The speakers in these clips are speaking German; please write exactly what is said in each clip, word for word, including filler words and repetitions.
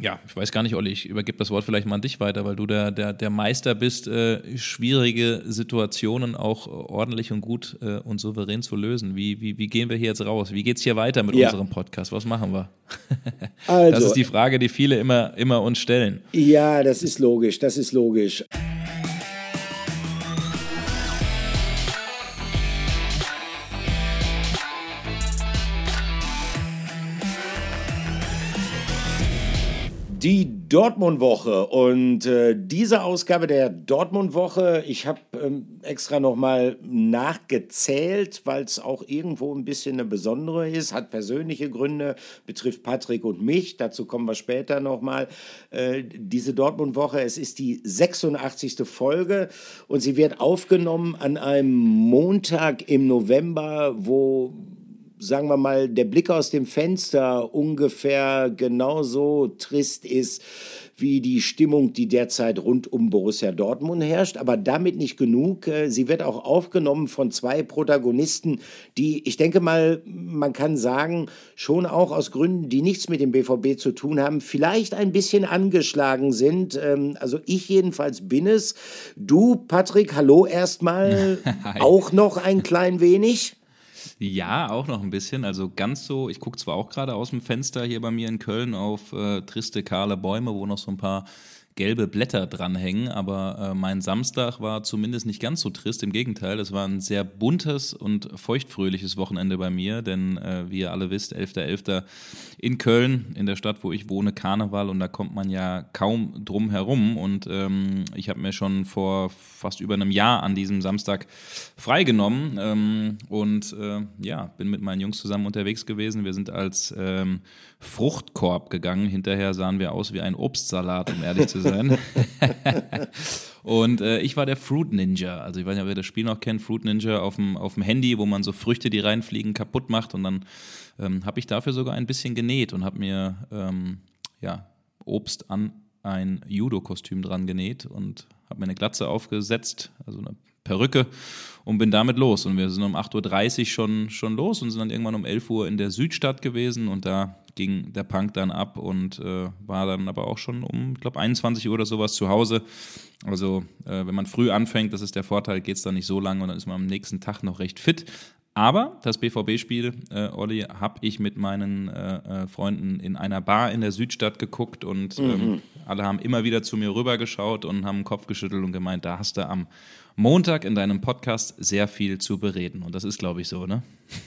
Ja, ich weiß gar nicht, Olli, ich übergebe das Wort vielleicht mal an dich weiter, weil du der, der, der Meister bist, äh, schwierige Situationen auch ordentlich und gut äh, und souverän zu lösen. Wie, wie, wie gehen wir hier jetzt raus? Wie geht's hier weiter mit Ja. unserem Podcast? Was machen wir? Also, das ist die Frage, die viele immer, immer uns stellen. Ja, das ist logisch, das ist logisch. Die Dortmund-Woche und äh, diese Ausgabe der Dortmund-Woche, ich habe ähm, extra nochmal nachgezählt, weil es auch irgendwo ein bisschen eine besondere ist, hat persönliche Gründe, betrifft Patrick und mich, dazu kommen wir später nochmal. Äh, diese Dortmund-Woche, es ist die sechsundachtzigste Folge und sie wird aufgenommen an einem Montag im November, wo, sagen wir mal, der Blick aus dem Fenster ungefähr genauso trist ist wie die Stimmung, die derzeit rund um Borussia Dortmund herrscht. Aber damit nicht genug. Sie wird auch aufgenommen von zwei Protagonisten, die, ich denke mal, man kann sagen, schon auch aus Gründen, die nichts mit dem B V B zu tun haben, vielleicht ein bisschen angeschlagen sind. Also ich jedenfalls bin es. Du, Patrick, hallo erstmal. Auch noch ein klein wenig? Ja, auch noch ein bisschen. Also ganz so, ich gucke zwar auch gerade aus dem Fenster hier bei mir in Köln auf äh, triste, kahle Bäume, wo noch so ein paar gelbe Blätter dranhängen, aber äh, mein Samstag war zumindest nicht ganz so trist, im Gegenteil, es war ein sehr buntes und feuchtfröhliches Wochenende bei mir, denn äh, wie ihr alle wisst, elfter elfter in Köln, in der Stadt, wo ich wohne, Karneval, und da kommt man ja kaum drum herum, und ähm, ich habe mir schon vor fast über einem Jahr an diesem Samstag freigenommen ähm, und äh, ja, bin mit meinen Jungs zusammen unterwegs gewesen. Wir sind als ähm, Fruchtkorb gegangen, hinterher sahen wir aus wie ein Obstsalat, um ehrlich zu sein. Und äh, ich war der Fruit Ninja. Also ich weiß nicht, ob ihr das Spiel noch kennt, Fruit Ninja auf dem, auf dem Handy, wo man so Früchte, die reinfliegen, kaputt macht. Und dann ähm, habe ich dafür sogar ein bisschen genäht und habe mir ähm, ja, Obst an ein Judo-Kostüm dran genäht und habe mir eine Glatze aufgesetzt, also eine Perücke, und bin damit los. Und wir sind um acht Uhr dreißig schon, schon los und sind dann irgendwann um elf Uhr in der Südstadt gewesen, und da ging der Punk dann ab und äh, war dann aber auch schon um, ich glaube, einundzwanzig Uhr oder sowas zu Hause. Also äh, wenn man früh anfängt, das ist der Vorteil, geht es dann nicht so lange und dann ist man am nächsten Tag noch recht fit. Aber das B V B-Spiel, äh, Olli, habe ich mit meinen äh, Freunden in einer Bar in der Südstadt geguckt, und ähm, mhm. alle haben immer wieder zu mir rübergeschaut und haben den Kopf geschüttelt und gemeint, da hast du am Montag in deinem Podcast sehr viel zu bereden. Und das ist, glaube ich, so, ne?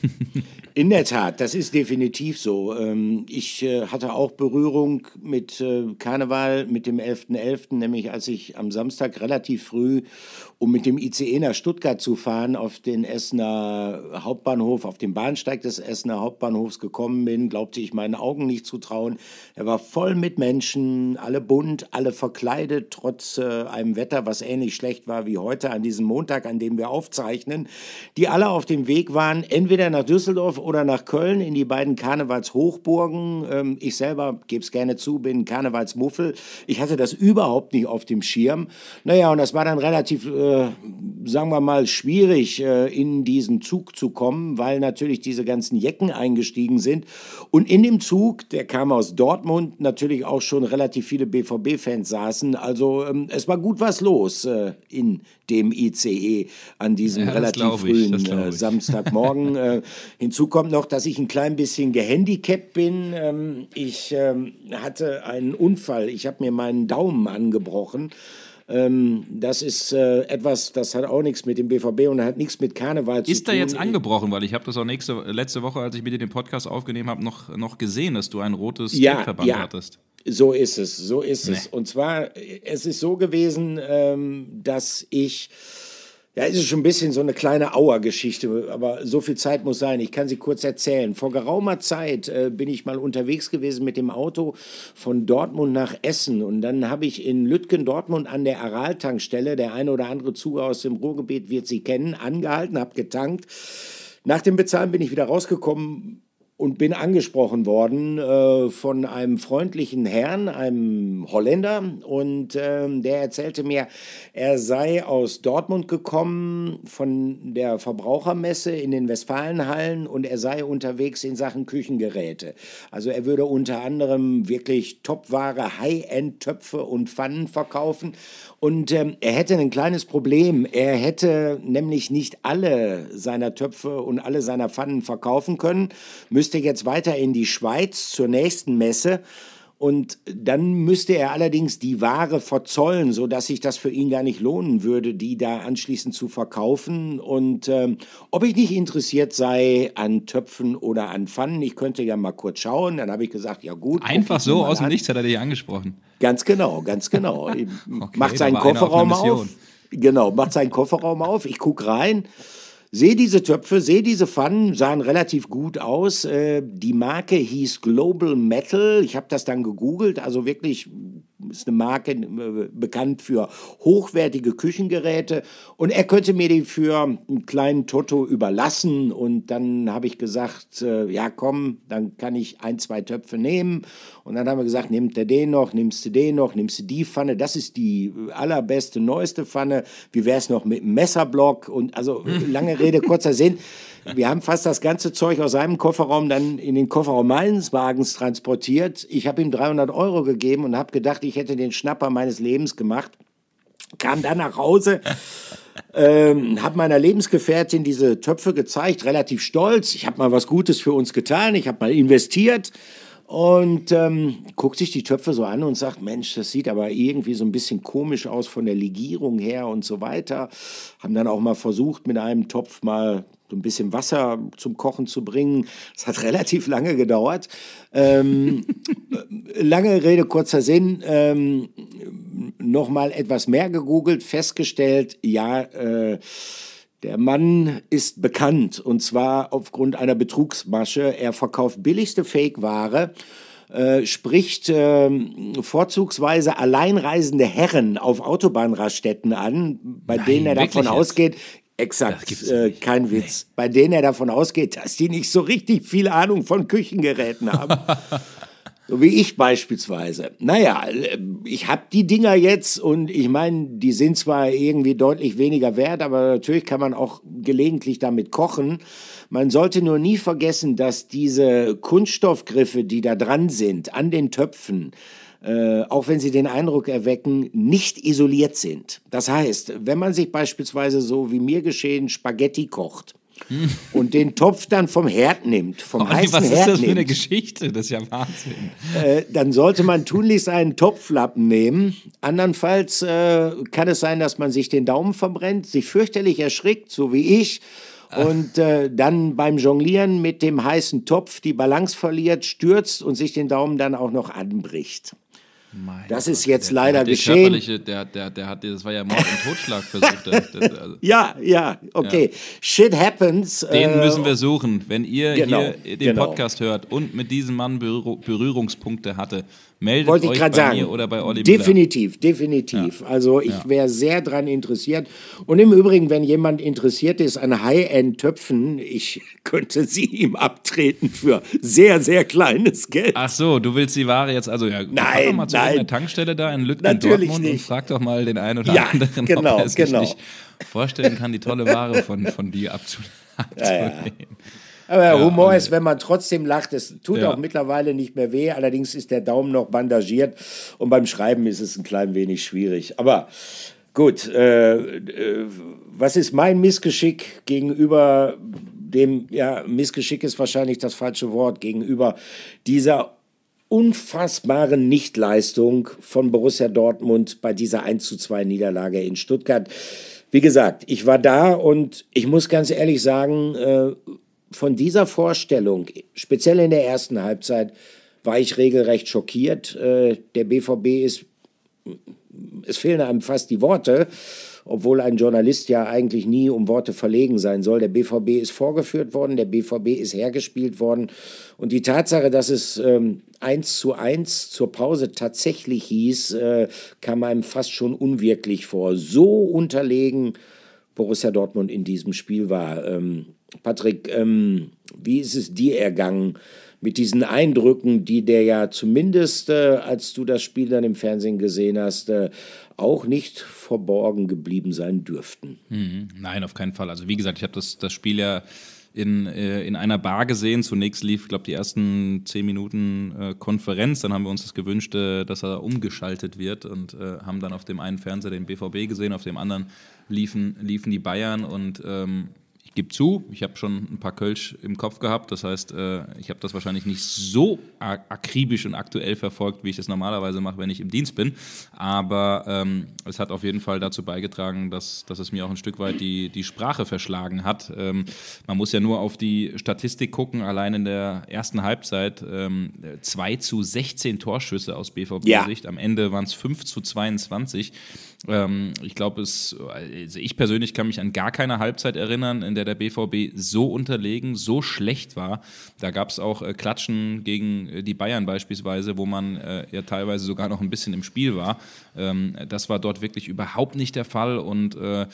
In der Tat, das ist definitiv so. Ich hatte auch Berührung mit Karneval, mit dem elfter elfter, nämlich als ich am Samstag relativ früh, um mit dem I C E nach Stuttgart zu fahren, auf den Essener Hauptbahnhof, auf den Bahnsteig des Essener Hauptbahnhofs gekommen bin, glaubte ich meinen Augen nicht zu trauen. Er war voll mit Menschen, alle bunt, alle verkleidet, trotz einem Wetter, was ähnlich schlecht war wie heute an diesem Montag, an dem wir aufzeichnen, die alle auf dem Weg waren, entweder nach Düsseldorf oder nach Köln, in die beiden Karnevalshochburgen. Ich selber, gebe es gerne zu, bin Karnevalsmuffel. Ich hatte das überhaupt nicht auf dem Schirm. Naja, und das war dann relativ, äh, sagen wir mal, schwierig, äh, in diesen Zug zu kommen, weil natürlich diese ganzen Jecken eingestiegen sind. Und in dem Zug, der kam aus Dortmund, natürlich auch schon relativ viele B V B-Fans saßen. Also ähm, es war gut was los äh, in dem I C E an diesem ja, relativ frühen äh, Samstagmorgen. äh, hinzu kommt noch, dass ich ein klein bisschen gehandicapt bin. Ähm, ich ähm, hatte einen Unfall. Ich habe mir meinen Daumen angebrochen. Ähm, das ist äh, etwas, das hat auch nichts mit dem B V B und hat nichts mit Karneval zu tun. Ist da jetzt angebrochen? Weil ich habe das auch nächste, letzte Woche, als ich mit dir den Podcast aufgenommen habe, noch, noch gesehen, dass du ein rotes ja, Tapeverband ja. hattest. So ist es, so ist nee. es. Und zwar, es ist so gewesen, ähm, dass ich, ja, es ist schon ein bisschen so eine kleine Auer-Geschichte, aber so viel Zeit muss sein. Ich kann sie kurz erzählen. Vor geraumer Zeit äh, bin ich mal unterwegs gewesen mit dem Auto von Dortmund nach Essen, und dann habe ich in Lütgendortmund an der Aral-Tankstelle, der eine oder andere Zuhörer aus dem Ruhrgebiet wird sie kennen, angehalten, habe getankt. Nach dem Bezahlen bin ich wieder rausgekommen, und bin angesprochen worden äh, von einem freundlichen Herrn, einem Holländer, und ähm, der erzählte mir, er sei aus Dortmund gekommen von der Verbrauchermesse in den Westfalenhallen und er sei unterwegs in Sachen Küchengeräte. Also er würde unter anderem wirklich Topware, High-End-Töpfe und Pfannen verkaufen. Und ähm, er hätte ein kleines Problem. Er hätte nämlich nicht alle seiner Töpfe und alle seiner Pfannen verkaufen können, müsste jetzt weiter in die Schweiz zur nächsten Messe. Und dann müsste er allerdings die Ware verzollen, sodass sich das für ihn gar nicht lohnen würde, die da anschließend zu verkaufen. Und ähm, ob ich nicht interessiert sei an Töpfen oder an Pfannen, ich könnte ja mal kurz schauen. Dann habe ich gesagt, ja gut. Einfach so aus dem Nichts hat er dich angesprochen. Ganz genau, ganz genau. Okay, macht seinen Kofferraum auf. Genau, macht seinen Kofferraum auf. Ich gucke rein. Sehe diese Töpfe, sehe diese Pfannen, sahen relativ gut aus. Äh, die Marke hieß Global Metal. Ich habe das dann gegoogelt. Also wirklich ist eine Marke äh, bekannt für hochwertige Küchengeräte. Und er könnte mir die für einen kleinen Toto überlassen. Und dann habe ich gesagt, äh, ja komm, dann kann ich ein, zwei Töpfe nehmen. Und dann haben wir gesagt, nimmt er den noch, nimmst du den noch, nimmst du die Pfanne. Das ist die allerbeste, neueste Pfanne. Wie wäre es noch mit einem Messerblock? Und also lange Rede, kurzer Sinn. Wir haben fast das ganze Zeug aus seinem Kofferraum dann in den Kofferraum meines Wagens transportiert. Ich habe ihm dreihundert Euro gegeben und habe gedacht, ich hätte den Schnapper meines Lebens gemacht. Kam dann nach Hause, ähm, habe meiner Lebensgefährtin diese Töpfe gezeigt, relativ stolz. Ich habe mal was Gutes für uns getan, ich habe mal investiert. Und ähm, guckt sich die Töpfe so an und sagt, Mensch, das sieht aber irgendwie so ein bisschen komisch aus von der Legierung her und so weiter. Haben dann auch mal versucht, mit einem Topf mal so ein bisschen Wasser zum Kochen zu bringen. Das hat relativ lange gedauert. Ähm, lange Rede, kurzer Sinn. Ähm, noch mal etwas mehr gegoogelt, festgestellt, ja, äh, der Mann ist bekannt, und zwar aufgrund einer Betrugsmasche. Er verkauft billigste Fake-Ware, äh, spricht äh, vorzugsweise alleinreisende Herren auf Autobahnraststätten an, bei Nein, denen er davon jetzt? ausgeht, exakt, äh, kein Witz, nee. bei denen er davon ausgeht, dass die nicht so richtig viel Ahnung von Küchengeräten haben. So wie ich beispielsweise. Naja, ich habe die Dinger jetzt und ich meine, die sind zwar irgendwie deutlich weniger wert, aber natürlich kann man auch gelegentlich damit kochen. Man sollte nur nie vergessen, dass diese Kunststoffgriffe, die da dran sind, an den Töpfen, äh, auch wenn sie den Eindruck erwecken, nicht isoliert sind. Das heißt, wenn man sich beispielsweise so wie mir geschehen Spaghetti kocht, und den Topf dann vom Herd nimmt, vom oh, heißen was ist Herd das für nimmt, eine Geschichte? Das ist ja Wahnsinn. Äh, dann sollte man tunlichst einen Topflappen nehmen. Andernfalls äh, kann es sein, dass man sich den Daumen verbrennt, sich fürchterlich erschrickt, so wie ich, und äh, dann beim Jonglieren mit dem heißen Topf die Balance verliert, stürzt und sich den Daumen dann auch noch anbricht. Mein das Gott, ist jetzt der, leider der geschehen. Der, der, der hat, das war ja Mord und Totschlagversuch. der, der, also. Ja, ja, okay. Ja. Shit happens. Den äh, müssen wir suchen. Wenn ihr genau, hier den genau. Podcast hört und mit diesem Mann Berühr- Berührungspunkte hatte, meldet Wollte euch ich bei sagen. mir oder bei Olli Definitiv, Müller. definitiv. Ja. Also ich ja. wäre sehr daran interessiert. Und im Übrigen, wenn jemand interessiert ist an High-End-Töpfen, ich könnte sie ihm abtreten für sehr, sehr kleines Geld. Ach so, du willst die Ware jetzt, also ja, nein, fahr doch mal zu nein. einer Tankstelle da in Lüttgen, Natürlich Dortmund nicht. und frag doch mal den einen oder ja, anderen, genau, ob er sich genau. nicht vorstellen kann, die tolle Ware von, von dir abzu- abzunehmen. Ja, ja. Aber ja, Humor okay. ist, wenn man trotzdem lacht, es tut ja. auch mittlerweile nicht mehr weh, allerdings ist der Daumen noch bandagiert und beim Schreiben ist es ein klein wenig schwierig. Aber gut, äh, äh, was ist mein Missgeschick gegenüber dem, ja, Missgeschick ist wahrscheinlich das falsche Wort, gegenüber dieser unfassbaren Nichtleistung von Borussia Dortmund bei dieser eins zu zwei Niederlage in Stuttgart. Wie gesagt, ich war da und ich muss ganz ehrlich sagen, äh, von dieser Vorstellung, speziell in der ersten Halbzeit, war ich regelrecht schockiert. Äh, der B V B ist, es fehlen einem fast die Worte, obwohl ein Journalist ja eigentlich nie um Worte verlegen sein soll. Der B V B ist vorgeführt worden, der B V B ist hergespielt worden. Und die Tatsache, dass es ähm, eins zu eins zur Pause tatsächlich hieß, äh, kam einem fast schon unwirklich vor. So unterlegen Borussia Dortmund in diesem Spiel war. Ähm, Patrick, ähm, wie ist es dir ergangen mit diesen Eindrücken, die der ja zumindest, äh, als du das Spiel dann im Fernsehen gesehen hast, äh, auch nicht verborgen geblieben sein dürften? Mhm. Nein, auf keinen Fall. Also wie gesagt, ich habe das, das Spiel ja in, äh, in einer Bar gesehen. Zunächst lief, glaube ich, die ersten zehn Minuten äh, Konferenz. Dann haben wir uns das gewünscht, äh, dass er umgeschaltet wird und äh, haben dann auf dem einen Fernseher den B V B gesehen, auf dem anderen liefen, liefen die Bayern und ähm, ich gebe zu, ich habe schon ein paar Kölsch im Kopf gehabt, das heißt, äh, ich habe das wahrscheinlich nicht so ak- akribisch und aktuell verfolgt, wie ich das normalerweise mache, wenn ich im Dienst bin, aber ähm, es hat auf jeden Fall dazu beigetragen, dass, dass es mir auch ein Stück weit die, die Sprache verschlagen hat. Ähm, man muss ja nur auf die Statistik gucken, allein in der ersten Halbzeit ähm, zwei zu sechzehn Torschüsse aus B V B-Sicht, ja. Am Ende waren es fünf zu zweiundzwanzig. Ähm, ich glaube, es, also ich persönlich kann mich an gar keine Halbzeit erinnern, in der der B V B so unterlegen, so schlecht war. Da gab es auch äh, Klatschen gegen äh, die Bayern beispielsweise, wo man äh, ja teilweise sogar noch ein bisschen im Spiel war. Ähm, das war dort wirklich überhaupt nicht der Fall und äh,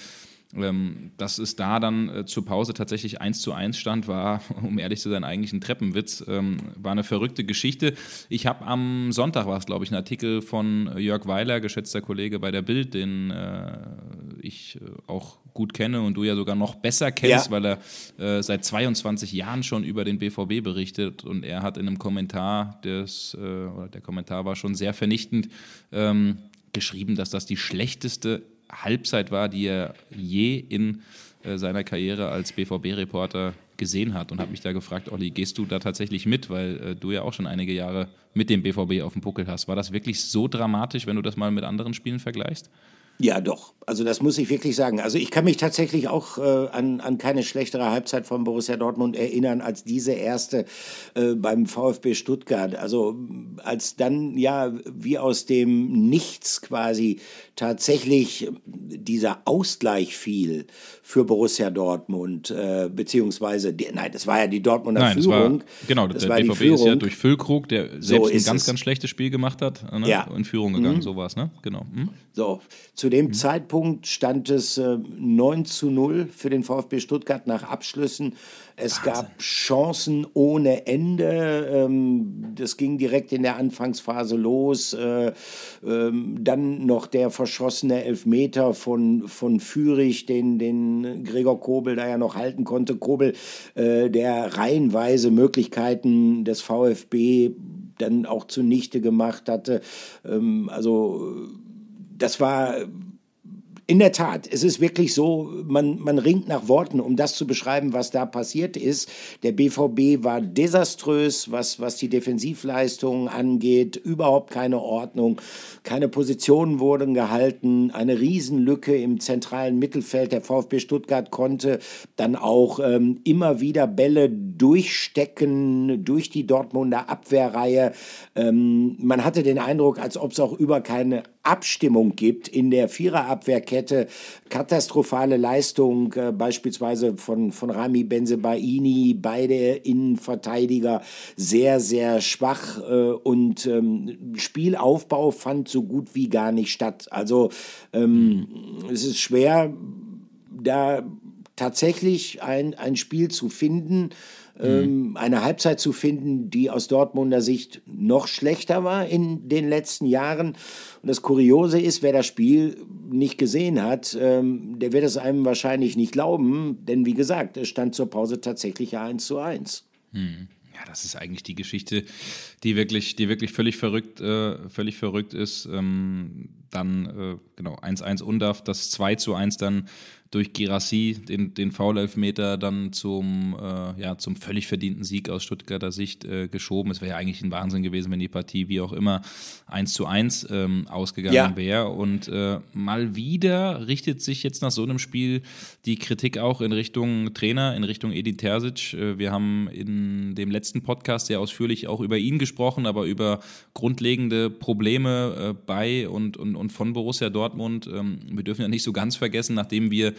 Ähm, dass es da dann äh, zur Pause tatsächlich eins zu eins stand, war, um ehrlich zu sein, eigentlich ein Treppenwitz. Ähm, war eine verrückte Geschichte. Ich habe am Sonntag, war es glaube ich, einen Artikel von Jörg Weiler, geschätzter Kollege bei der Bild, den äh, ich äh, auch gut kenne und du ja sogar noch besser kennst, ja. weil er äh, seit zweiundzwanzig Jahren schon über den B V B berichtet und er hat in einem Kommentar, des, äh, oder der Kommentar war schon sehr vernichtend, ähm, geschrieben, dass das die schlechteste Halbzeit war, die er je in äh, seiner Karriere als B V B-Reporter gesehen hat und habe mich da gefragt, Olli, gehst du da tatsächlich mit, weil äh, du ja auch schon einige Jahre mit dem B V B auf dem Buckel hast. War das wirklich so dramatisch, wenn du das mal mit anderen Spielen vergleichst? Ja, doch. Also das muss ich wirklich sagen. Also ich kann mich tatsächlich auch äh, an, an keine schlechtere Halbzeit von Borussia Dortmund erinnern als diese erste äh, beim VfB Stuttgart. Also als dann ja wie aus dem Nichts quasi tatsächlich dieser Ausgleich fiel für Borussia Dortmund, äh, beziehungsweise, die, nein, das war ja die Dortmunder nein, Führung. Das war, genau, das der B V B ist ja durch Füllkrug, der selbst so ein ganz, es. ganz schlechtes Spiel gemacht hat, ne, ja. in Führung gegangen, mhm. so war es, ne? Genau. Mhm. So, zu dem mhm. Zeitpunkt stand es äh, neun zu null für den VfB Stuttgart nach Abschlüssen. Es Wahnsinn. Gab Chancen ohne Ende. Ähm, das ging direkt in der Anfangsphase los. Äh, ähm, dann noch der verschossene Elfmeter von, von Führig, den, den Gregor Kobel da ja noch halten konnte. Kobel, äh, der reihenweise Möglichkeiten des VfB dann auch zunichte gemacht hatte. Ähm, also das war in der Tat, es ist wirklich so, man, man ringt nach Worten, um das zu beschreiben, was da passiert ist. Der B V B war desaströs, was, was die Defensivleistungen angeht, überhaupt keine Ordnung, keine Positionen wurden gehalten, eine Riesenlücke im zentralen Mittelfeld. Der VfB Stuttgart konnte dann auch ähm, immer wieder Bälle durchstecken durch die Dortmunder Abwehrreihe. Ähm, man hatte den Eindruck, als ob es auch über keine Abstimmung gibt in der Viererabwehrkette. Katastrophale Leistung äh, beispielsweise von, von Rami Bensebaini, beide Innenverteidiger sehr, sehr schwach äh, und ähm, Spielaufbau fand so gut wie gar nicht statt. Also ähm, es ist schwer, da tatsächlich ein, ein Spiel zu finden, Mhm. eine Halbzeit zu finden, die aus Dortmunder Sicht noch schlechter war in den letzten Jahren. Und das Kuriose ist, wer das Spiel nicht gesehen hat, ähm, der wird es einem wahrscheinlich nicht glauben, denn wie gesagt, es stand zur Pause tatsächlich eins zu eins. Mhm. Ja, das ist eigentlich die Geschichte, die wirklich, die wirklich völlig verrückt, äh, völlig verrückt ist. Ähm, dann äh, genau eins eins Undav, das zwei zu eins dann durch Guirassy, den, den Foul-Elfmeter dann zum, äh, ja, zum völlig verdienten Sieg aus Stuttgarter Sicht äh, geschoben. Es wäre ja eigentlich ein Wahnsinn gewesen, wenn die Partie wie auch immer eins zu eins ähm, ausgegangen ja. wäre. Und äh, mal wieder richtet sich jetzt nach so einem Spiel die Kritik auch in Richtung Trainer, in Richtung Edin Terzic. Äh, wir haben in dem letzten Podcast sehr ausführlich auch über ihn gesprochen, aber über grundlegende Probleme äh, bei und, und, und von Borussia Dortmund. Ähm, wir dürfen ja nicht so ganz vergessen, nachdem wir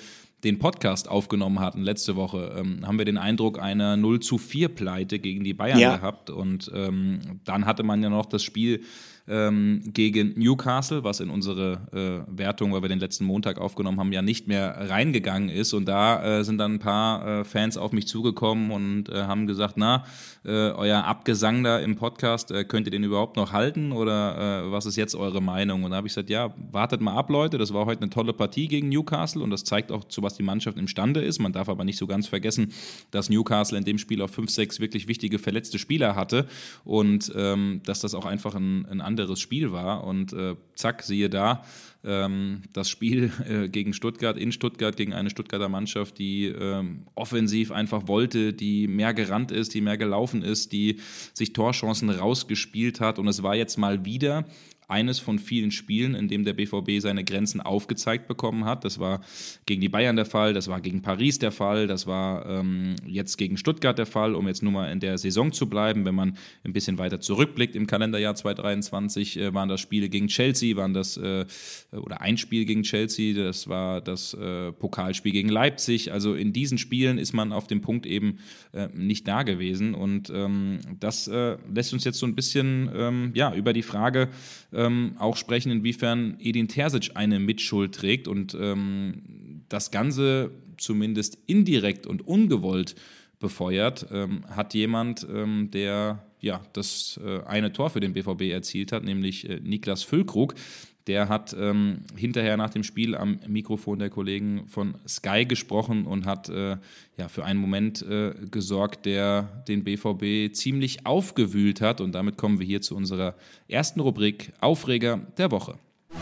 den Podcast aufgenommen hatten letzte Woche, ähm, haben wir den Eindruck einer null zu vier Pleite gegen die Bayern ja. gehabt. Und ähm, dann hatte man ja noch das Spiel ähm, gegen Newcastle, was in unsere äh, Wertung, weil wir den letzten Montag aufgenommen haben, ja nicht mehr reingegangen ist. Und da äh, sind dann ein paar äh, Fans auf mich zugekommen und äh, haben gesagt, na, äh, euer Abgesang da im Podcast, äh, könnt ihr den überhaupt noch halten oder äh, was ist jetzt eure Meinung? Und da habe ich gesagt, ja, wartet mal ab, Leute, das war heute eine tolle Partie gegen Newcastle und das zeigt auch, zu was die Mannschaft imstande ist. Man darf aber nicht so ganz vergessen, dass Newcastle in dem Spiel auf fünf, sechs wirklich wichtige verletzte Spieler hatte und ähm, dass das auch einfach ein, ein anderes Spiel war und äh, zack, siehe da, ähm, das Spiel äh, gegen Stuttgart, in Stuttgart, gegen eine Stuttgarter Mannschaft, die ähm, offensiv einfach wollte, die mehr gerannt ist, die mehr gelaufen ist, die sich Torchancen rausgespielt hat und es war jetzt mal wieder eines von vielen Spielen, in dem der B V B seine Grenzen aufgezeigt bekommen hat. Das war gegen die Bayern der Fall, das war gegen Paris der Fall, das war ähm, jetzt gegen Stuttgart der Fall, um jetzt nur mal in der Saison zu bleiben. Wenn man ein bisschen weiter zurückblickt im Kalenderjahr zwanzig dreiundzwanzig, äh, waren das Spiele gegen Chelsea, waren das äh, oder ein Spiel gegen Chelsea, das war das äh, Pokalspiel gegen Leipzig. Also in diesen Spielen ist man auf dem Punkt eben äh, nicht da gewesen und ähm, das äh, lässt uns jetzt so ein bisschen ähm, ja, über die Frage Ähm, auch sprechen, inwiefern Edin Terzic eine Mitschuld trägt und ähm, das Ganze zumindest indirekt und ungewollt befeuert, ähm, hat jemand, ähm, der ja, das äh, eine Tor für den B V B erzielt hat, nämlich äh, Niklas Füllkrug. Der hat ähm, hinterher nach dem Spiel am Mikrofon der Kollegen von Sky gesprochen und hat äh, ja, für einen Moment äh, gesorgt, der den B V B ziemlich aufgewühlt hat. Und damit kommen wir hier zu unserer ersten Rubrik Aufreger der Woche.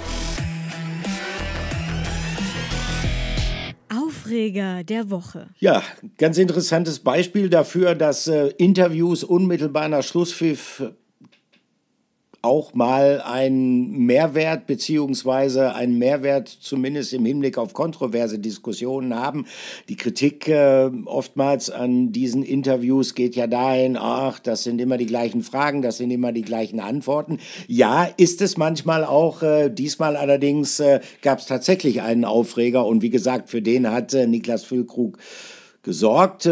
Aufreger der Woche. Ja, ganz interessantes Beispiel dafür, dass äh, Interviews unmittelbar nach Schlusspfiff auch mal einen Mehrwert beziehungsweise einen Mehrwert zumindest im Hinblick auf kontroverse Diskussionen haben. Die Kritik äh, oftmals an diesen Interviews geht ja dahin, ach, das sind immer die gleichen Fragen, das sind immer die gleichen Antworten. Ja, ist es manchmal auch. Äh, diesmal allerdings äh, gab es tatsächlich einen Aufreger und wie gesagt, für den hat äh, Niklas Füllkrug gesorgt.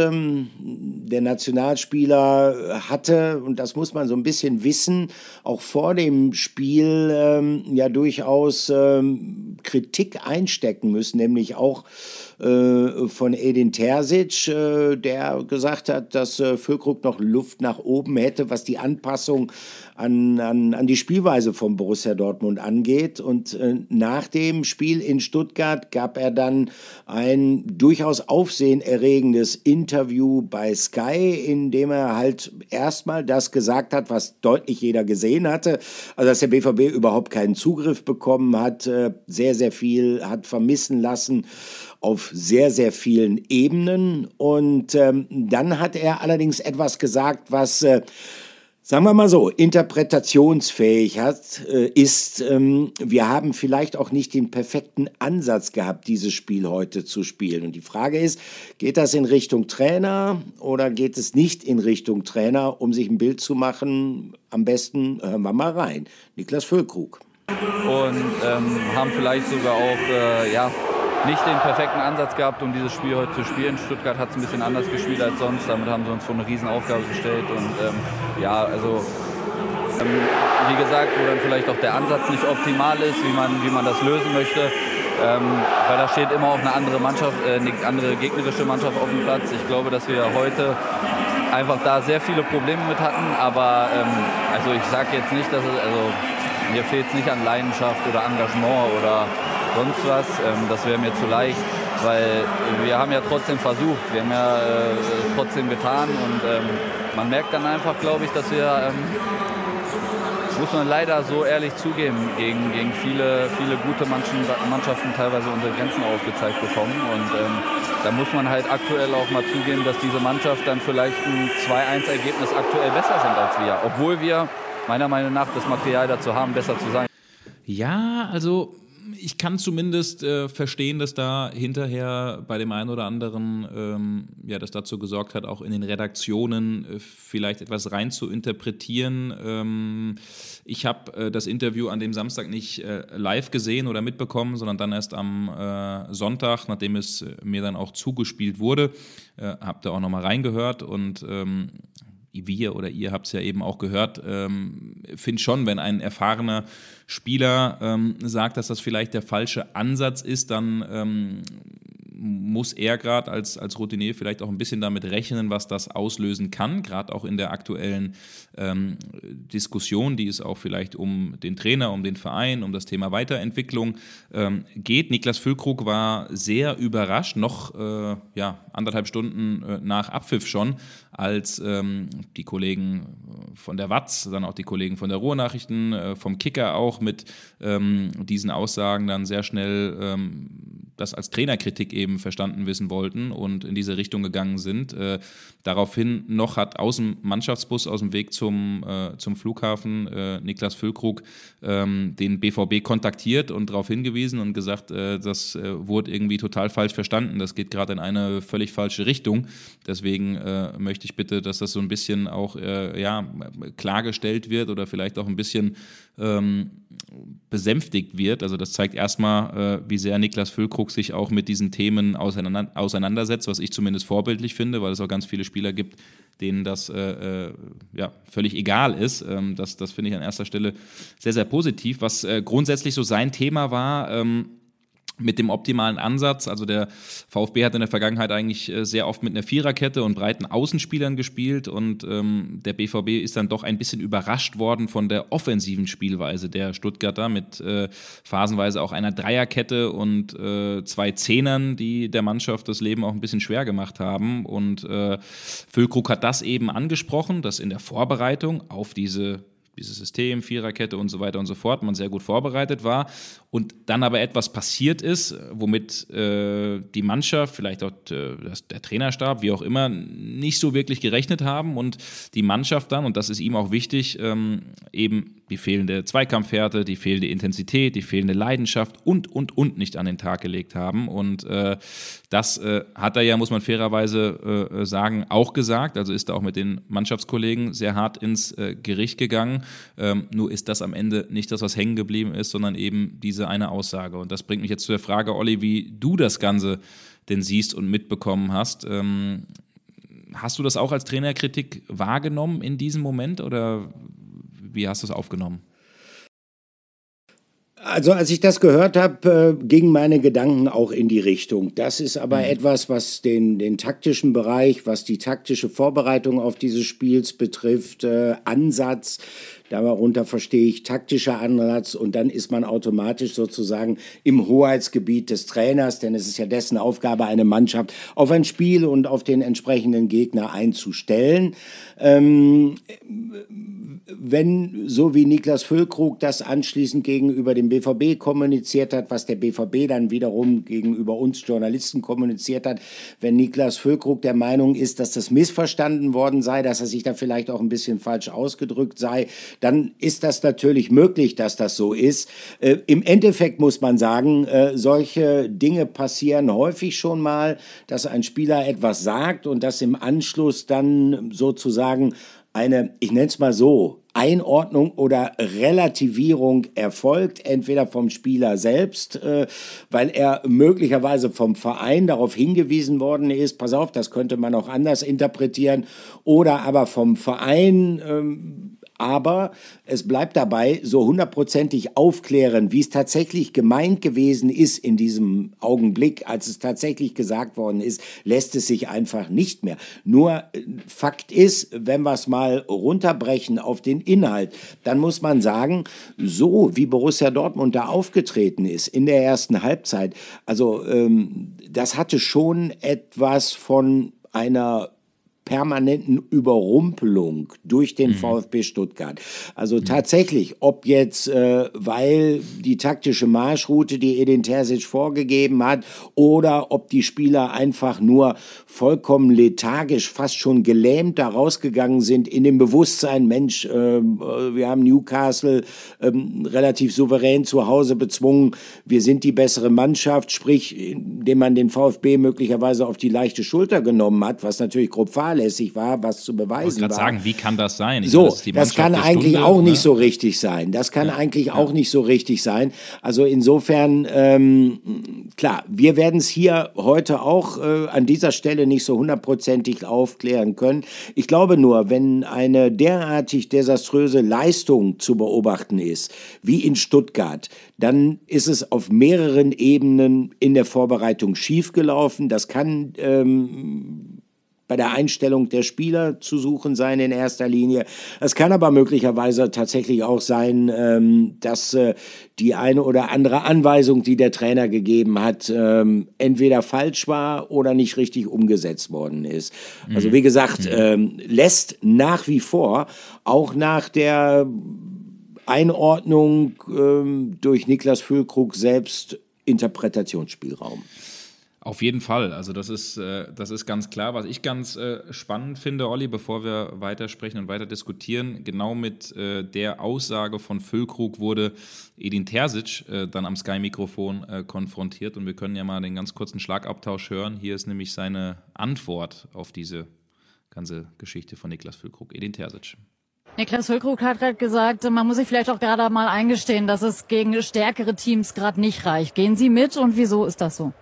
Der Nationalspieler hatte, und das muss man so ein bisschen wissen, auch vor dem Spiel ähm, ja durchaus ähm, Kritik einstecken müssen, nämlich auch äh, von Edin Terzic, äh, der gesagt hat, dass äh, Füllkrug noch Luft nach oben hätte, was die Anpassung an, an, an die Spielweise von Borussia Dortmund angeht. Und äh, nach dem Spiel in Stuttgart gab er dann ein durchaus aufsehenerregendes Interview bei Sky, in dem er halt erstmal das gesagt hat, was deutlich jeder gesehen hatte, also dass der B V B überhaupt keinen Zugriff bekommen hat, äh, sehr, sehr viel hat vermissen lassen auf sehr, sehr vielen Ebenen. Und ähm, dann hat er allerdings etwas gesagt, was äh, sagen wir mal so, interpretationsfähig hat, äh, ist, ähm, wir haben vielleicht auch nicht den perfekten Ansatz gehabt, dieses Spiel heute zu spielen. Und die Frage ist, geht das in Richtung Trainer oder geht es nicht in Richtung Trainer, um sich ein Bild zu machen? Am besten hören wir mal rein. Niklas Füllkrug. Und ähm, haben vielleicht sogar auch, äh, ja, nicht den perfekten Ansatz gehabt, um dieses Spiel heute zu spielen. Stuttgart hat es ein bisschen anders gespielt als sonst. Damit haben sie uns vor eine Riesenaufgabe gestellt. Und ähm, ja, also ähm, wie gesagt, wo dann vielleicht auch der Ansatz nicht optimal ist, wie man, wie man das lösen möchte. Ähm, weil da steht immer auch eine andere Mannschaft, äh, eine andere gegnerische Mannschaft auf dem Platz. Ich glaube, dass wir heute einfach da sehr viele Probleme mit hatten. Aber ähm, also ich sage jetzt nicht, dass es, also mir fehlt es nicht an Leidenschaft oder Engagement oder sonst was, ähm, das wäre mir zu leicht, weil wir haben ja trotzdem versucht, wir haben ja äh, trotzdem getan und ähm, man merkt dann einfach, glaube ich, dass wir, ähm, muss man leider so ehrlich zugeben, gegen, gegen viele, viele gute Mannschaften teilweise unsere Grenzen aufgezeigt bekommen und ähm, da muss man halt aktuell auch mal zugeben, dass diese Mannschaft dann vielleicht ein zwei eins Ergebnis aktuell besser sind als wir, obwohl wir meiner Meinung nach das Material dazu haben, besser zu sein. Ja, also ich kann zumindest äh, verstehen, dass da hinterher bei dem einen oder anderen ähm, ja, das dazu gesorgt hat, auch in den Redaktionen äh, vielleicht etwas rein zu interpretieren. Ähm, ich habe äh, das Interview an dem Samstag nicht äh, live gesehen oder mitbekommen, sondern dann erst am äh, Sonntag, nachdem es mir dann auch zugespielt wurde. Äh, habe da auch nochmal reingehört und ähm, wir oder ihr habt es ja eben auch gehört, ähm, finde schon, wenn ein erfahrener Spieler ähm, sagt, dass das vielleicht der falsche Ansatz ist, dann ähm, muss er gerade als, als Routinier vielleicht auch ein bisschen damit rechnen, was das auslösen kann, gerade auch in der aktuellen ähm, Diskussion, die es auch vielleicht um den Trainer, um den Verein, um das Thema Weiterentwicklung ähm, geht. Niklas Füllkrug war sehr überrascht, noch äh, ja, anderthalb Stunden äh, nach Abpfiff schon, als ähm, die Kollegen von der W A Z, dann auch die Kollegen von der Ruhrnachrichten, äh, vom Kicker auch mit ähm, diesen Aussagen dann sehr schnell ähm, das als Trainerkritik eben verstanden wissen wollten und in diese Richtung gegangen sind. Äh, daraufhin noch hat aus dem Mannschaftsbus, aus dem Weg zum, äh, zum Flughafen äh, Niklas Füllkrug ähm, den B V B kontaktiert und darauf hingewiesen und gesagt, äh, das äh, wurde irgendwie total falsch verstanden. Das geht gerade in eine völlig falsche Richtung. Deswegen äh, möchte ich bitte, dass das so ein bisschen auch äh, ja, klargestellt wird oder vielleicht auch ein bisschen ähm, besänftigt wird. Also das zeigt erstmal, äh, wie sehr Niklas Füllkrug sich auch mit diesen Themen auseinander, auseinandersetzt, was ich zumindest vorbildlich finde, weil es auch ganz viele Spieler gibt, denen das äh, äh, ja, völlig egal ist. Ähm, das, das finde ich an erster Stelle sehr, sehr positiv. Was äh, grundsätzlich so sein Thema war, ähm, mit dem optimalen Ansatz, also der VfB hat in der Vergangenheit eigentlich sehr oft mit einer Viererkette und breiten Außenspielern gespielt und ähm, der B V B ist dann doch ein bisschen überrascht worden von der offensiven Spielweise der Stuttgarter mit äh, phasenweise auch einer Dreierkette und äh, zwei Zehnern, die der Mannschaft das Leben auch ein bisschen schwer gemacht haben und äh, Füllkrug hat das eben angesprochen, dass in der Vorbereitung auf diese dieses System, Viererkette und so weiter und so fort, man sehr gut vorbereitet war und dann aber etwas passiert ist, womit äh, die Mannschaft, vielleicht auch äh, das, der Trainerstab, wie auch immer, nicht so wirklich gerechnet haben und die Mannschaft dann, und das ist ihm auch wichtig, ähm, eben die fehlende Zweikampfhärte, die fehlende Intensität, die fehlende Leidenschaft und, und, und nicht an den Tag gelegt haben und äh, das äh, hat er ja, muss man fairerweise äh, sagen, auch gesagt, also ist er auch mit den Mannschaftskollegen sehr hart ins äh, Gericht gegangen. Ähm, nur ist das am Ende nicht das, was hängen geblieben ist, sondern eben diese eine Aussage. Und das bringt mich jetzt zu der Frage, Olli, wie du das Ganze denn siehst und mitbekommen hast. Ähm, hast du das auch als Trainerkritik wahrgenommen in diesem Moment oder wie hast du es aufgenommen? Also als ich das gehört habe, äh, gingen meine Gedanken auch in die Richtung. Das ist aber mhm. etwas, was den, den taktischen Bereich, was die taktische Vorbereitung auf dieses Spiels betrifft, äh, Ansatz, darunter verstehe ich taktischer Ansatz und dann ist man automatisch sozusagen im Hoheitsgebiet des Trainers, denn es ist ja dessen Aufgabe, eine Mannschaft auf ein Spiel und auf den entsprechenden Gegner einzustellen. Ähm, wenn, so wie Niklas Füllkrug das anschließend gegenüber dem B V B kommuniziert hat, was der B V B dann wiederum gegenüber uns Journalisten kommuniziert hat, wenn Niklas Füllkrug der Meinung ist, dass das missverstanden worden sei, dass er sich da vielleicht auch ein bisschen falsch ausgedrückt sei, dann ist das natürlich möglich, dass das so ist. Äh, im Endeffekt muss man sagen, äh, solche Dinge passieren häufig schon mal, dass ein Spieler etwas sagt und dass im Anschluss dann sozusagen eine, ich nenne es mal so, Einordnung oder Relativierung erfolgt, entweder vom Spieler selbst, äh, weil er möglicherweise vom Verein darauf hingewiesen worden ist, pass auf, das könnte man auch anders interpretieren, oder aber vom Verein, ähm, aber es bleibt dabei, so hundertprozentig aufklären, wie es tatsächlich gemeint gewesen ist in diesem Augenblick, als es tatsächlich gesagt worden ist, lässt es sich einfach nicht mehr. Nur Fakt ist, wenn wir es mal runterbrechen auf den Inhalt, dann muss man sagen, so wie Borussia Dortmund da aufgetreten ist in der ersten Halbzeit, also ähm, das hatte schon etwas von einer permanenten Überrumpelung durch den mhm. VfB Stuttgart. Also mhm. tatsächlich, ob jetzt, äh, weil die taktische Marschroute, die Edin Terzic vorgegeben hat, oder ob die Spieler einfach nur vollkommen lethargisch, fast schon gelähmt da rausgegangen sind, in dem Bewusstsein, Mensch, äh, wir haben Newcastle äh, relativ souverän zu Hause bezwungen, wir sind die bessere Mannschaft, sprich, indem man den VfB möglicherweise auf die leichte Schulter genommen hat, was natürlich grob fahrlässig war, was zu beweisen war. Ich wollte gerade sagen, wie kann das sein? Ich so, meine, das, das kann eigentlich Stunde, auch nicht ne? so richtig sein. Das kann ja, eigentlich ja. auch nicht so richtig sein. Also insofern, ähm, klar, wir werden es hier heute auch äh, an dieser Stelle nicht so hundertprozentig aufklären können. Ich glaube nur, wenn eine derartig desaströse Leistung zu beobachten ist, wie in Stuttgart, dann ist es auf mehreren Ebenen in der Vorbereitung schiefgelaufen. Das kann ähm, bei der Einstellung der Spieler zu suchen sein in erster Linie. Es kann aber möglicherweise tatsächlich auch sein, ähm, dass äh, die eine oder andere Anweisung, die der Trainer gegeben hat, ähm, entweder falsch war oder nicht richtig umgesetzt worden ist. Mhm. Also wie gesagt, mhm. ähm, lässt nach wie vor, auch nach der Einordnung ähm, durch Niklas Füllkrug selbst, Interpretationsspielraum. Auf jeden Fall, also das ist, äh, das ist ganz klar. Was ich ganz äh, spannend finde, Olli, bevor wir weitersprechen und weiter diskutieren, genau mit äh, der Aussage von Füllkrug wurde Edin Terzic äh, dann am Sky-Mikrofon äh, konfrontiert und wir können ja mal den ganz kurzen Schlagabtausch hören. Hier ist nämlich seine Antwort auf diese ganze Geschichte von Niklas Füllkrug. Edin Terzic. Niklas Füllkrug hat gerade gesagt, man muss sich vielleicht auch gerade mal eingestehen, dass es gegen stärkere Teams gerade nicht reicht. Gehen Sie mit und wieso ist das so?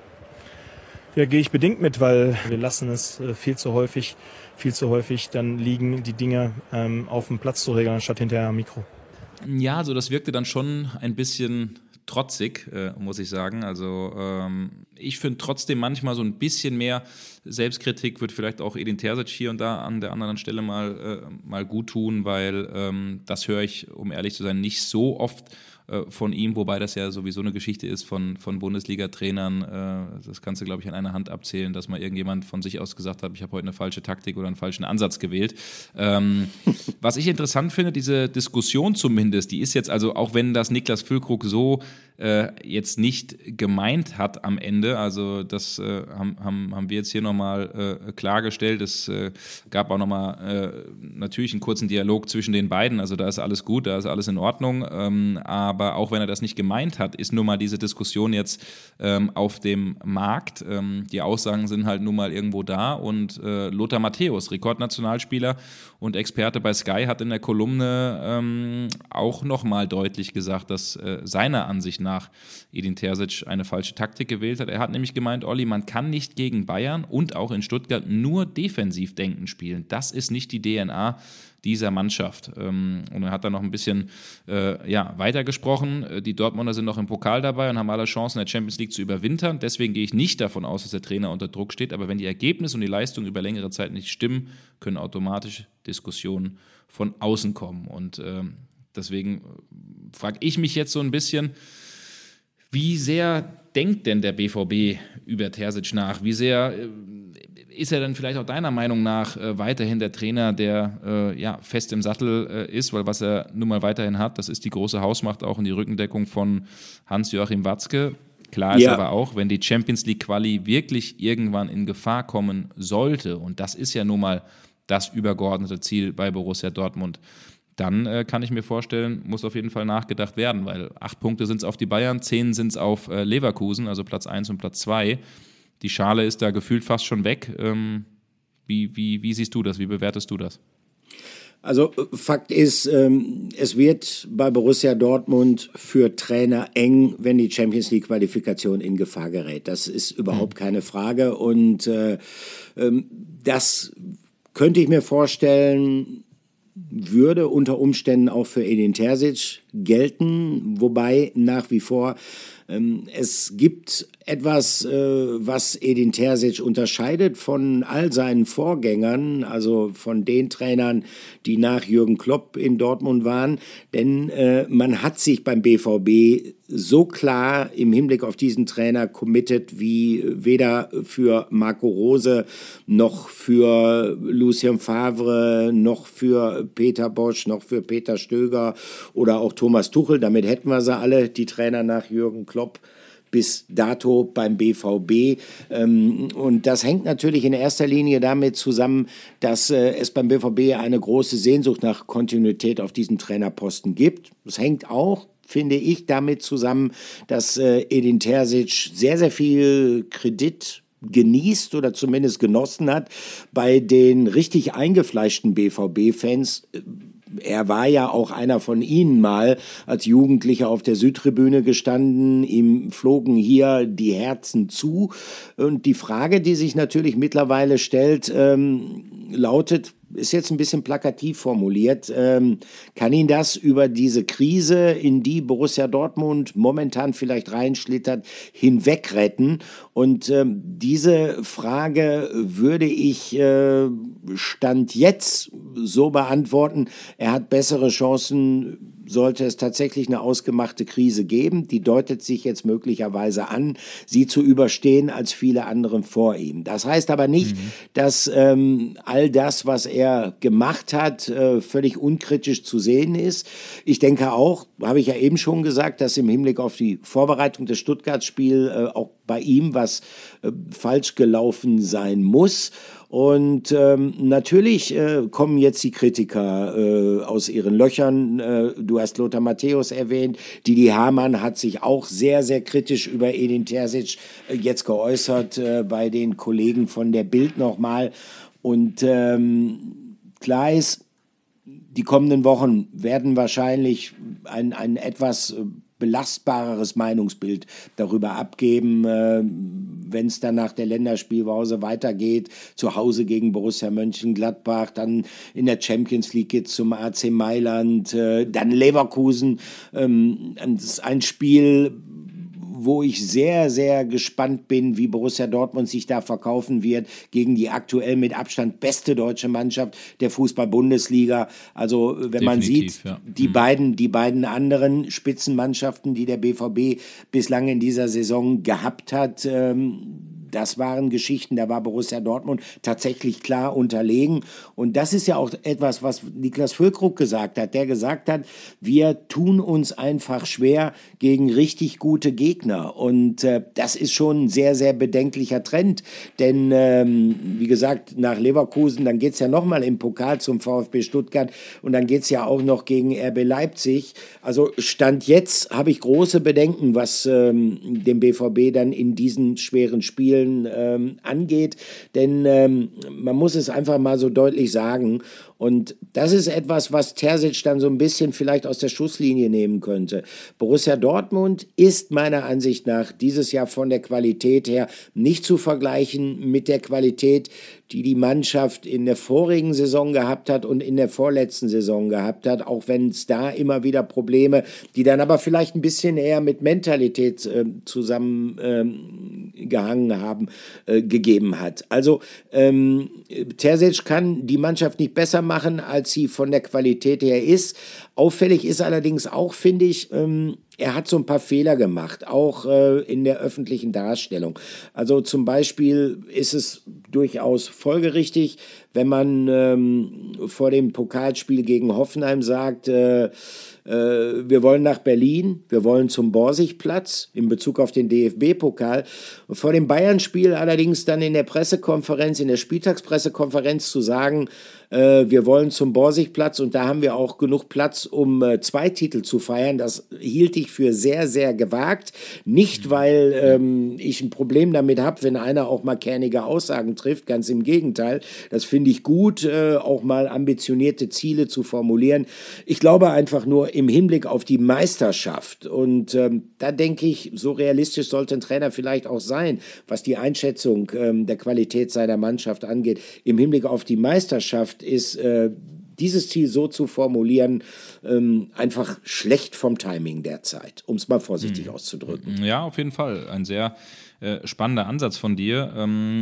Ja, gehe ich bedingt mit, weil wir lassen es äh, viel zu häufig, viel zu häufig dann liegen, die Dinge ähm, auf dem Platz zu regeln, anstatt hinterher am Mikro. Ja, also das wirkte dann schon ein bisschen trotzig, äh, muss ich sagen. Also ähm, ich finde trotzdem manchmal so ein bisschen mehr Selbstkritik wird vielleicht auch Edin Terzic hier und da an der anderen Stelle mal, äh, mal gut tun, weil ähm, das höre ich, um ehrlich zu sein, nicht so oft von ihm, wobei das ja sowieso eine Geschichte ist von, von Bundesliga-Trainern. Das kannst du, glaube ich, an einer Hand abzählen, dass mal irgendjemand von sich aus gesagt hat, ich habe heute eine falsche Taktik oder einen falschen Ansatz gewählt. Ähm, was ich interessant finde, diese Diskussion zumindest, die ist jetzt also, auch wenn das Niklas Füllkrug so äh, jetzt nicht gemeint hat am Ende, also das äh, haben, haben, haben wir jetzt hier nochmal äh, klargestellt. Es äh, gab auch nochmal äh, natürlich einen kurzen Dialog zwischen den beiden, also da ist alles gut, da ist alles in Ordnung, ähm, aber Aber auch wenn er das nicht gemeint hat, ist nun mal diese Diskussion jetzt ähm, auf dem Markt. Ähm, die Aussagen sind halt nun mal irgendwo da. Und äh, Lothar Matthäus, Rekordnationalspieler und Experte bei Sky, hat in der Kolumne ähm, auch nochmal deutlich gesagt, dass äh, seiner Ansicht nach Edin Terzic eine falsche Taktik gewählt hat. Er hat nämlich gemeint, Olli, man kann nicht gegen Bayern und auch in Stuttgart nur defensiv denken spielen. Das ist nicht die D N A dieser Mannschaft. Und er hat dann noch ein bisschen äh, ja, weitergesprochen. Die Dortmunder sind noch im Pokal dabei und haben alle Chancen, in der Champions League zu überwintern. Deswegen gehe ich nicht davon aus, dass der Trainer unter Druck steht. Aber wenn die Ergebnisse und die Leistung über längere Zeit nicht stimmen, können automatisch Diskussionen von außen kommen. Und äh, deswegen frage ich mich jetzt so ein bisschen, wie sehr denkt denn der B V B über Terzic nach? Wie sehr äh, ist er dann vielleicht auch deiner Meinung nach äh, weiterhin der Trainer, der äh, ja, fest im Sattel äh, ist? Weil was er nun mal weiterhin hat, das ist die große Hausmacht auch in die Rückendeckung von Hans-Joachim Watzke. Klar ist ja aber auch, wenn die Champions League Quali wirklich irgendwann in Gefahr kommen sollte, und das ist ja nun mal das übergeordnete Ziel bei Borussia Dortmund, dann äh, kann ich mir vorstellen, muss auf jeden Fall nachgedacht werden, weil acht Punkte sind es auf die Bayern, zehn sind es auf äh, Leverkusen, also Platz eins und Platz zwei. Die Schale ist da gefühlt fast schon weg. Ähm, wie, wie, wie siehst du das? Wie bewertest du das? Also Fakt ist, ähm, es wird bei Borussia Dortmund für Trainer eng, wenn die Champions League Qualifikation in Gefahr gerät. Das ist überhaupt mhm. keine Frage. Und äh, ähm, das könnte ich mir vorstellen, würde unter Umständen auch für Edin Terzic gelten, wobei nach wie vor ähm, es gibt etwas, äh, was Edin Terzic unterscheidet von all seinen Vorgängern, also von den Trainern, die nach Jürgen Klopp in Dortmund waren, denn äh, man hat sich beim B V B so klar im Hinblick auf diesen Trainer committed wie weder für Marco Rose noch für Lucien Favre noch für Peter Bosz noch für Peter Stöger oder auch Thomas Tuchel. Damit hätten wir sie alle, die Trainer nach Jürgen Klopp bis dato beim B V B. Und das hängt natürlich in erster Linie damit zusammen, dass es beim B V B eine große Sehnsucht nach Kontinuität auf diesem Trainerposten gibt. Das hängt auch, finde ich, damit zusammen, dass Edin Terzic sehr, sehr viel Kredit genießt oder zumindest genossen hat bei den richtig eingefleischten B V B-Fans. Er war ja auch einer von ihnen mal als Jugendlicher auf der Südtribüne gestanden. Ihm flogen hier die Herzen zu. Und die Frage, die sich natürlich mittlerweile stellt, ähm, lautet, ist jetzt ein bisschen plakativ formuliert, ähm, kann ihn das über diese Krise, in die Borussia Dortmund momentan vielleicht reinschlittert, hinwegretten? Und ähm, diese Frage würde ich äh, Stand jetzt so beantworten, er hat bessere Chancen, sollte es tatsächlich eine ausgemachte Krise geben, die deutet sich jetzt möglicherweise an, sie zu überstehen als viele andere vor ihm. Das heißt aber nicht, mhm. dass ähm, all das, was er gemacht hat, äh, völlig unkritisch zu sehen ist. Ich denke auch, habe ich ja eben schon gesagt, dass im Hinblick auf die Vorbereitung des Stuttgart-Spiels äh, auch bei ihm was äh, falsch gelaufen sein muss. Und ähm, natürlich äh, kommen jetzt die Kritiker äh, aus ihren Löchern. Äh, du hast Lothar Matthäus erwähnt. Didi Hamann hat sich auch sehr, sehr kritisch über Edin Terzic äh, jetzt geäußert, äh, bei den Kollegen von der Bild nochmal. Und ähm, klar ist, die kommenden Wochen werden wahrscheinlich ein, ein etwas belastbareres Meinungsbild darüber abgeben, äh, wenn es dann nach der Länderspielpause weitergeht, zu Hause gegen Borussia Mönchengladbach, dann in der Champions League geht es zum A C Mailand, äh, dann Leverkusen, ähm, ein Spiel, wo ich sehr, sehr gespannt bin, wie Borussia Dortmund sich da verkaufen wird gegen die aktuell mit Abstand beste deutsche Mannschaft der Fußball-Bundesliga. Also wenn Definitiv, man sieht, ja. die, mhm. beiden, die beiden anderen Spitzenmannschaften, die der B V B bislang in dieser Saison gehabt hat, ähm, das waren Geschichten, da war Borussia Dortmund tatsächlich klar unterlegen. Und das ist ja auch etwas, was Niklas Füllkrug gesagt hat. Der gesagt hat, wir tun uns einfach schwer gegen richtig gute Gegner. Und äh, das ist schon ein sehr, sehr bedenklicher Trend. Denn, ähm, wie gesagt, nach Leverkusen, dann geht es ja nochmal im Pokal zum VfB Stuttgart und dann geht es ja auch noch gegen R B Leipzig. Also Stand jetzt habe ich große Bedenken, was ähm, dem B V B dann in diesen schweren Spielen Ähm, angeht, denn ähm, man muss es einfach mal so deutlich sagen und das ist etwas, was Terzic dann so ein bisschen vielleicht aus der Schusslinie nehmen könnte. Borussia Dortmund ist meiner Ansicht nach dieses Jahr von der Qualität her nicht zu vergleichen mit der Qualität, die die Mannschaft in der vorigen Saison gehabt hat und in der vorletzten Saison gehabt hat, auch wenn es da immer wieder Probleme, die dann aber vielleicht ein bisschen eher mit Mentalität äh, zusammengehangen ähm, haben, äh, gegeben hat. Also ähm, Terzic kann die Mannschaft nicht besser machen, als sie von der Qualität her ist. Auffällig ist allerdings auch, finde ich, ähm, er hat so ein paar Fehler gemacht, auch äh, in der öffentlichen Darstellung. Also zum Beispiel ist es durchaus folgerichtig, wenn man ähm, vor dem Pokalspiel gegen Hoffenheim sagt, äh, äh, wir wollen nach Berlin, wir wollen zum Borsigplatz in Bezug auf den D F B-Pokal. Vor dem Bayern-Spiel allerdings dann in der Pressekonferenz, in der Spieltagspressekonferenz zu sagen, äh, wir wollen zum Borsigplatz und da haben wir auch genug Platz, um äh, zwei Titel zu feiern. Das hielt ich für sehr, sehr gewagt. Nicht, weil ähm, ich ein Problem damit habe, wenn einer auch mal kernige Aussagen trifft, ganz im Gegenteil. Das finde ich gut, äh, auch mal ambitionierte Ziele zu formulieren. Ich glaube einfach nur im Hinblick auf die Meisterschaft und ähm, da denke ich, so realistisch sollte ein Trainer vielleicht auch sein, was die Einschätzung ähm, der Qualität seiner Mannschaft angeht. Im Hinblick auf die Meisterschaft ist äh, dieses Ziel so zu formulieren, ähm, einfach schlecht vom Timing derzeit, um es mal vorsichtig mhm. auszudrücken. Ja, auf jeden Fall. Ein sehr äh, spannender Ansatz von dir. Ähm,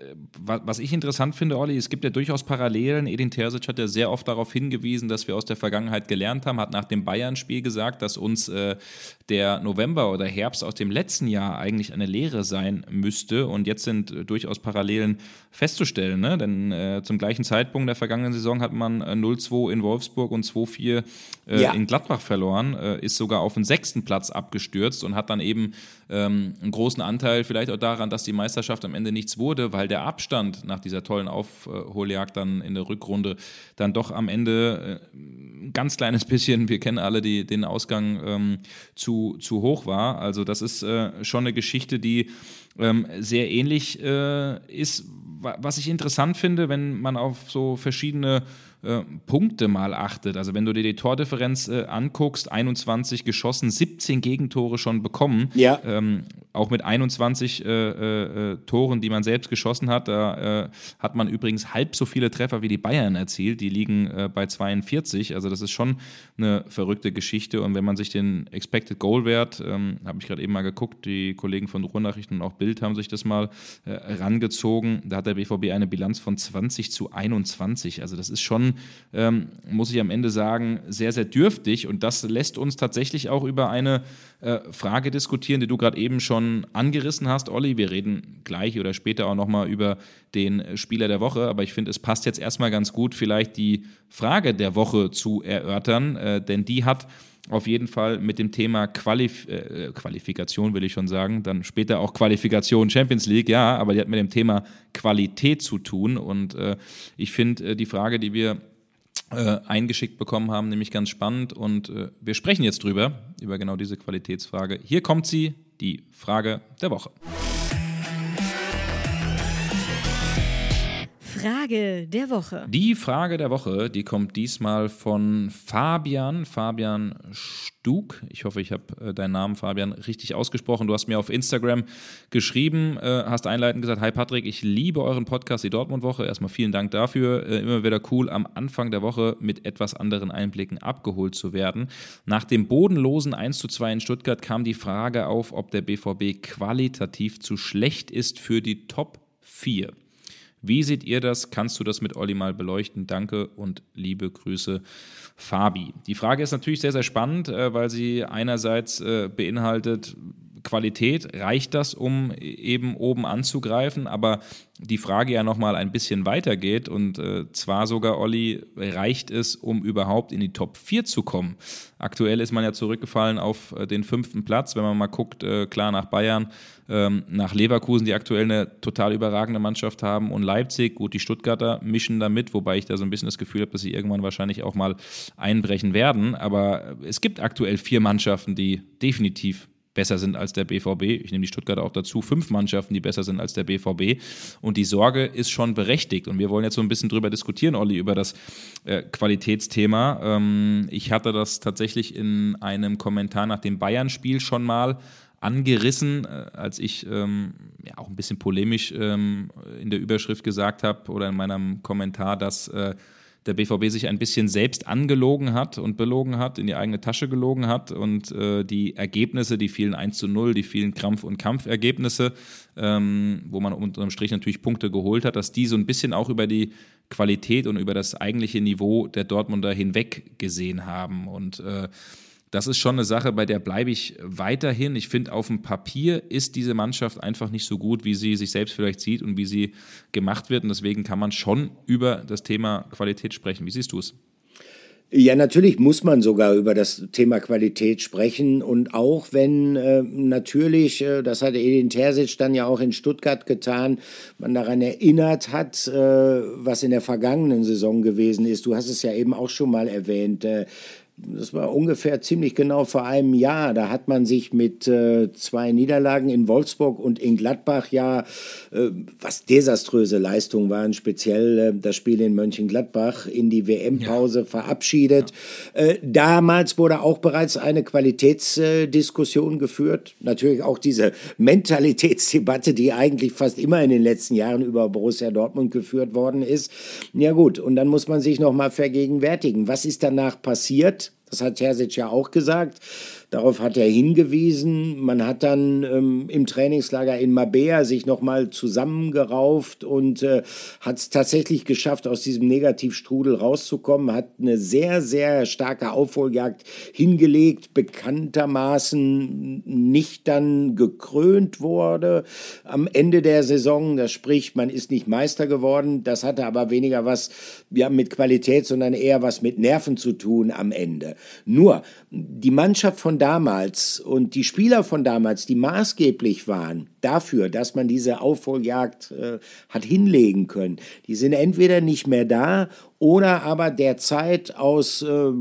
was ich interessant finde, Olli, es gibt ja durchaus Parallelen. Edin Terzic hat ja sehr oft darauf hingewiesen, dass wir aus der Vergangenheit gelernt haben, hat nach dem Bayern-Spiel gesagt, dass uns äh, der November oder Herbst aus dem letzten Jahr eigentlich eine Lehre sein müsste. Und jetzt sind äh, durchaus Parallelen festzustellen. Ne? Denn äh, zum gleichen Zeitpunkt der vergangenen Saison hat man äh, null zwei in Wolfsburg und zwei vier äh, ja. in Gladbach verloren, äh, ist sogar auf den sechsten Platz abgestürzt und hat dann eben ähm, einen großen Anteil vielleicht auch daran, dass die Meisterschaft am Ende nichts wurde, weil der Abstand nach dieser tollen Aufholjagd dann in der Rückrunde dann doch am Ende äh, ein ganz kleines bisschen, wir kennen alle die, den Ausgang, ähm, zu, zu hoch war. Also das ist äh, schon eine Geschichte, die ähm, sehr ähnlich äh, ist. Was ich interessant finde, wenn man auf so verschiedene äh, Punkte mal achtet, also wenn du dir die Tordifferenz äh, anguckst, einundzwanzig geschossen, siebzehn Gegentore schon bekommen, ja. ähm, auch mit einundzwanzig äh, äh, Toren, die man selbst geschossen hat, da äh, hat man übrigens halb so viele Treffer wie die Bayern erzielt, die liegen äh, bei zweiundvierzig, also das ist schon eine verrückte Geschichte. Und wenn man sich den Expected Goal Wert, ähm, habe ich gerade eben mal geguckt, die Kollegen von Ruhrnachrichten und auch Bild haben sich das mal äh, rangezogen, da hat der B V B eine Bilanz von zwanzig zu einundzwanzig, also das ist schon, ähm, muss ich am Ende sagen, sehr, sehr dürftig, und das lässt uns tatsächlich auch über eine äh, Frage diskutieren, die du gerade eben schon angerissen hast, Olli. Wir reden gleich oder später auch nochmal über den Spieler der Woche, aber ich finde, es passt jetzt erstmal ganz gut, vielleicht die Frage der Woche zu erörtern, äh, denn die hat auf jeden Fall mit dem Thema Qualif- äh, Qualifikation, will ich schon sagen, dann später auch Qualifikation Champions League, ja, aber die hat mit dem Thema Qualität zu tun, und äh, ich finde äh, die Frage, die wir äh, eingeschickt bekommen haben, nämlich ganz spannend, und äh, wir sprechen jetzt drüber, über genau diese Qualitätsfrage. Hier kommt sie, die Frage der Woche. Frage der Woche. Die Frage der Woche, die kommt diesmal von Fabian, Fabian Stug. Ich hoffe, ich habe äh, deinen Namen, Fabian, richtig ausgesprochen. Du hast mir auf Instagram geschrieben, äh, hast einleitend gesagt, hi Patrick, ich liebe euren Podcast, die Dortmund-Woche. Erstmal vielen Dank dafür. Äh, immer wieder cool, am Anfang der Woche mit etwas anderen Einblicken abgeholt zu werden. Nach dem bodenlosen eins zu zwei in Stuttgart kam die Frage auf, ob der B V B qualitativ zu schlecht ist für die Top vier. Wie seht ihr das? Kannst du das mit Olli mal beleuchten? Danke und liebe Grüße, Fabi. Die Frage ist natürlich sehr, sehr spannend, weil sie einerseits beinhaltet, Qualität, reicht das, um eben oben anzugreifen, aber die Frage ja nochmal ein bisschen weitergeht, und äh, zwar sogar, Olli, reicht es, um überhaupt in die Top vier zu kommen? Aktuell ist man ja zurückgefallen auf äh, den fünften Platz, wenn man mal guckt, äh, klar nach Bayern, ähm, nach Leverkusen, die aktuell eine total überragende Mannschaft haben, und Leipzig, gut, die Stuttgarter mischen da mit, wobei ich da so ein bisschen das Gefühl habe, dass sie irgendwann wahrscheinlich auch mal einbrechen werden, aber es gibt aktuell vier Mannschaften, die definitiv besser sind als der B V B. Ich nehme die Stuttgarter auch dazu. Fünf Mannschaften, die besser sind als der B V B. Und die Sorge ist schon berechtigt. Und wir wollen jetzt so ein bisschen drüber diskutieren, Olli, über das äh, Qualitätsthema. Ähm, ich hatte das tatsächlich in einem Kommentar nach dem Bayern-Spiel schon mal angerissen, äh, als ich ähm, ja, auch ein bisschen polemisch ähm, in der Überschrift gesagt habe oder in meinem Kommentar, dass äh, der B V B sich ein bisschen selbst angelogen hat und belogen hat, in die eigene Tasche gelogen hat, und äh, die Ergebnisse, die vielen eins zu null, die vielen Krampf- und Kampfergebnisse, ähm, wo man unterm Strich natürlich Punkte geholt hat, dass die so ein bisschen auch über die Qualität und über das eigentliche Niveau der Dortmunder hinweg gesehen haben. Und äh, das ist schon eine Sache, bei der bleibe ich weiterhin. Ich finde, auf dem Papier ist diese Mannschaft einfach nicht so gut, wie sie sich selbst vielleicht sieht und wie sie gemacht wird. Und deswegen kann man schon über das Thema Qualität sprechen. Wie siehst du es? Ja, natürlich muss man sogar über das Thema Qualität sprechen, und auch wenn äh, natürlich, äh, das hat Edin Terzic dann ja auch in Stuttgart getan, man daran erinnert hat, äh, was in der vergangenen Saison gewesen ist. Du hast es ja eben auch schon mal erwähnt, äh, das war ungefähr ziemlich genau vor einem Jahr. Da hat man sich mit äh, zwei Niederlagen in Wolfsburg und in Gladbach ja, äh, was desaströse Leistungen waren, speziell äh, das Spiel in Mönchengladbach, in die W M-Pause ja. verabschiedet. Ja. Äh, damals wurde auch bereits eine Qualitätsdiskussion äh, geführt. Natürlich auch diese Mentalitätsdebatte, die eigentlich fast immer in den letzten Jahren über Borussia Dortmund geführt worden ist. Ja gut, und dann muss man sich noch mal vergegenwärtigen, was ist danach passiert? Das hat Terzic ja auch gesagt. Darauf hat er hingewiesen. Man hat dann ähm, im Trainingslager in Marbella sich nochmal zusammengerauft und äh, hat es tatsächlich geschafft, aus diesem Negativstrudel rauszukommen. Hat eine sehr, sehr starke Aufholjagd hingelegt, bekanntermaßen nicht dann gekrönt wurde am Ende der Saison. Das spricht, man ist nicht Meister geworden. Das hatte aber weniger was ja, mit Qualität, sondern eher was mit Nerven zu tun am Ende. Nur, die Mannschaft von damals und die Spieler von damals, die maßgeblich waren dafür, dass man diese Aufholjagd äh, hat hinlegen können, die sind entweder nicht mehr da oder aber derzeit aus äh,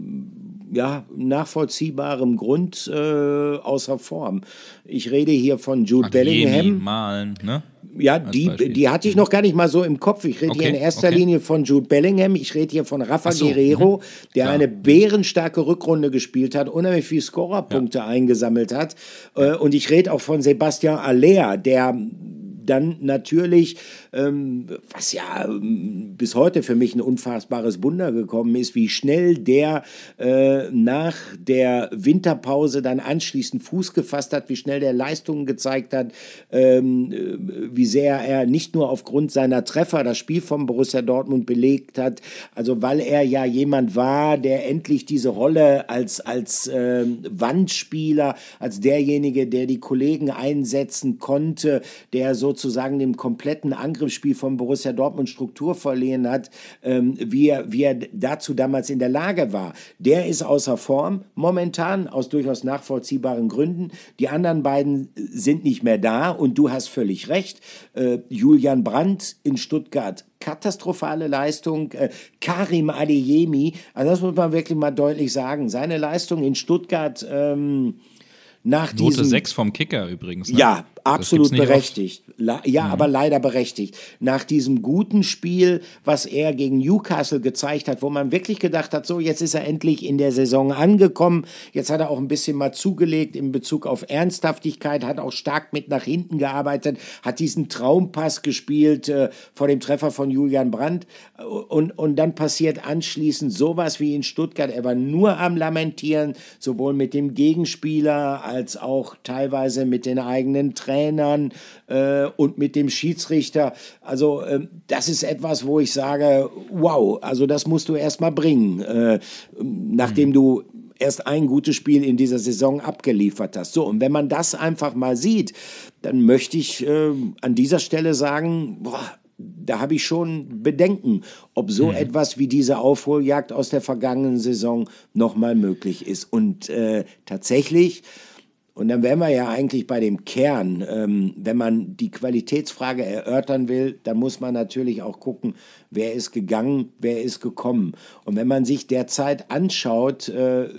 ja, nachvollziehbarem Grund äh, außer Form. Ich rede hier von Jude Adeyemi, Bellingham. Malen, ne? Ja, die, die hatte ich noch gar nicht mal so im Kopf. Ich rede okay, hier in erster okay. Linie von Jude Bellingham. Ich rede hier von Rafa so, Guerreiro, mh. der Klar. eine bärenstarke Rückrunde gespielt hat, unheimlich viele Scorerpunkte ja. eingesammelt hat. Ja. Und ich rede auch von Sebastian Aller, der dann natürlich, ähm, was ja ähm, bis heute für mich ein unfassbares Wunder gekommen ist, wie schnell der äh, nach der Winterpause dann anschließend Fuß gefasst hat, wie schnell der Leistungen gezeigt hat, ähm, wie sehr er nicht nur aufgrund seiner Treffer das Spiel von Borussia Dortmund belegt hat, also weil er ja jemand war, der endlich diese Rolle als, als äh, Wandspieler, als derjenige, der die Kollegen einsetzen konnte, der so sozusagen dem kompletten Angriffsspiel von Borussia Dortmund Struktur verliehen hat, ähm, wie, er, wie er dazu damals in der Lage war. Der ist außer Form momentan, aus durchaus nachvollziehbaren Gründen. Die anderen beiden sind nicht mehr da und du hast völlig recht. Äh, Julian Brandt in Stuttgart, katastrophale Leistung. Äh, Karim Adeyemi, also das muss man wirklich mal deutlich sagen, seine Leistung in Stuttgart ähm, nach Note diesem, sechs vom Kicker übrigens. Ne? Ja, absolut berechtigt. La- ja, mhm. aber leider berechtigt. Nach diesem guten Spiel, was er gegen Newcastle gezeigt hat, wo man wirklich gedacht hat, so, jetzt ist er endlich in der Saison angekommen. Jetzt hat er auch ein bisschen mal zugelegt in Bezug auf Ernsthaftigkeit, hat auch stark mit nach hinten gearbeitet, hat diesen Traumpass gespielt äh, vor dem Treffer von Julian Brandt. Und, und dann passiert anschließend sowas wie in Stuttgart. Er war nur am Lamentieren, sowohl mit dem Gegenspieler als auch teilweise mit den eigenen Trainern äh, und mit dem Schiedsrichter. Also äh, das ist etwas, wo ich sage, wow, also das musst du erst mal bringen, äh, nachdem mhm. du erst ein gutes Spiel in dieser Saison abgeliefert hast. So, und wenn man das einfach mal sieht, dann möchte ich äh, an dieser Stelle sagen, boah, da habe ich schon Bedenken, ob so mhm. etwas wie diese Aufholjagd aus der vergangenen Saison nochmal möglich ist. Und äh, tatsächlich, und dann wären wir ja eigentlich bei dem Kern, ähm, wenn man die Qualitätsfrage erörtern will, dann muss man natürlich auch gucken, wer ist gegangen, wer ist gekommen. Und wenn man sich derzeit anschaut, äh,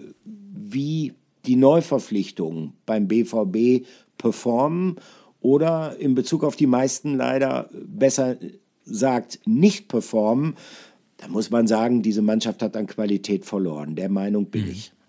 wie die Neuverpflichtungen beim B V B performen oder in Bezug auf die meisten leider besser sagt, nicht performen, dann muss man sagen, diese Mannschaft hat an Qualität verloren. Der Meinung bin mhm. ich.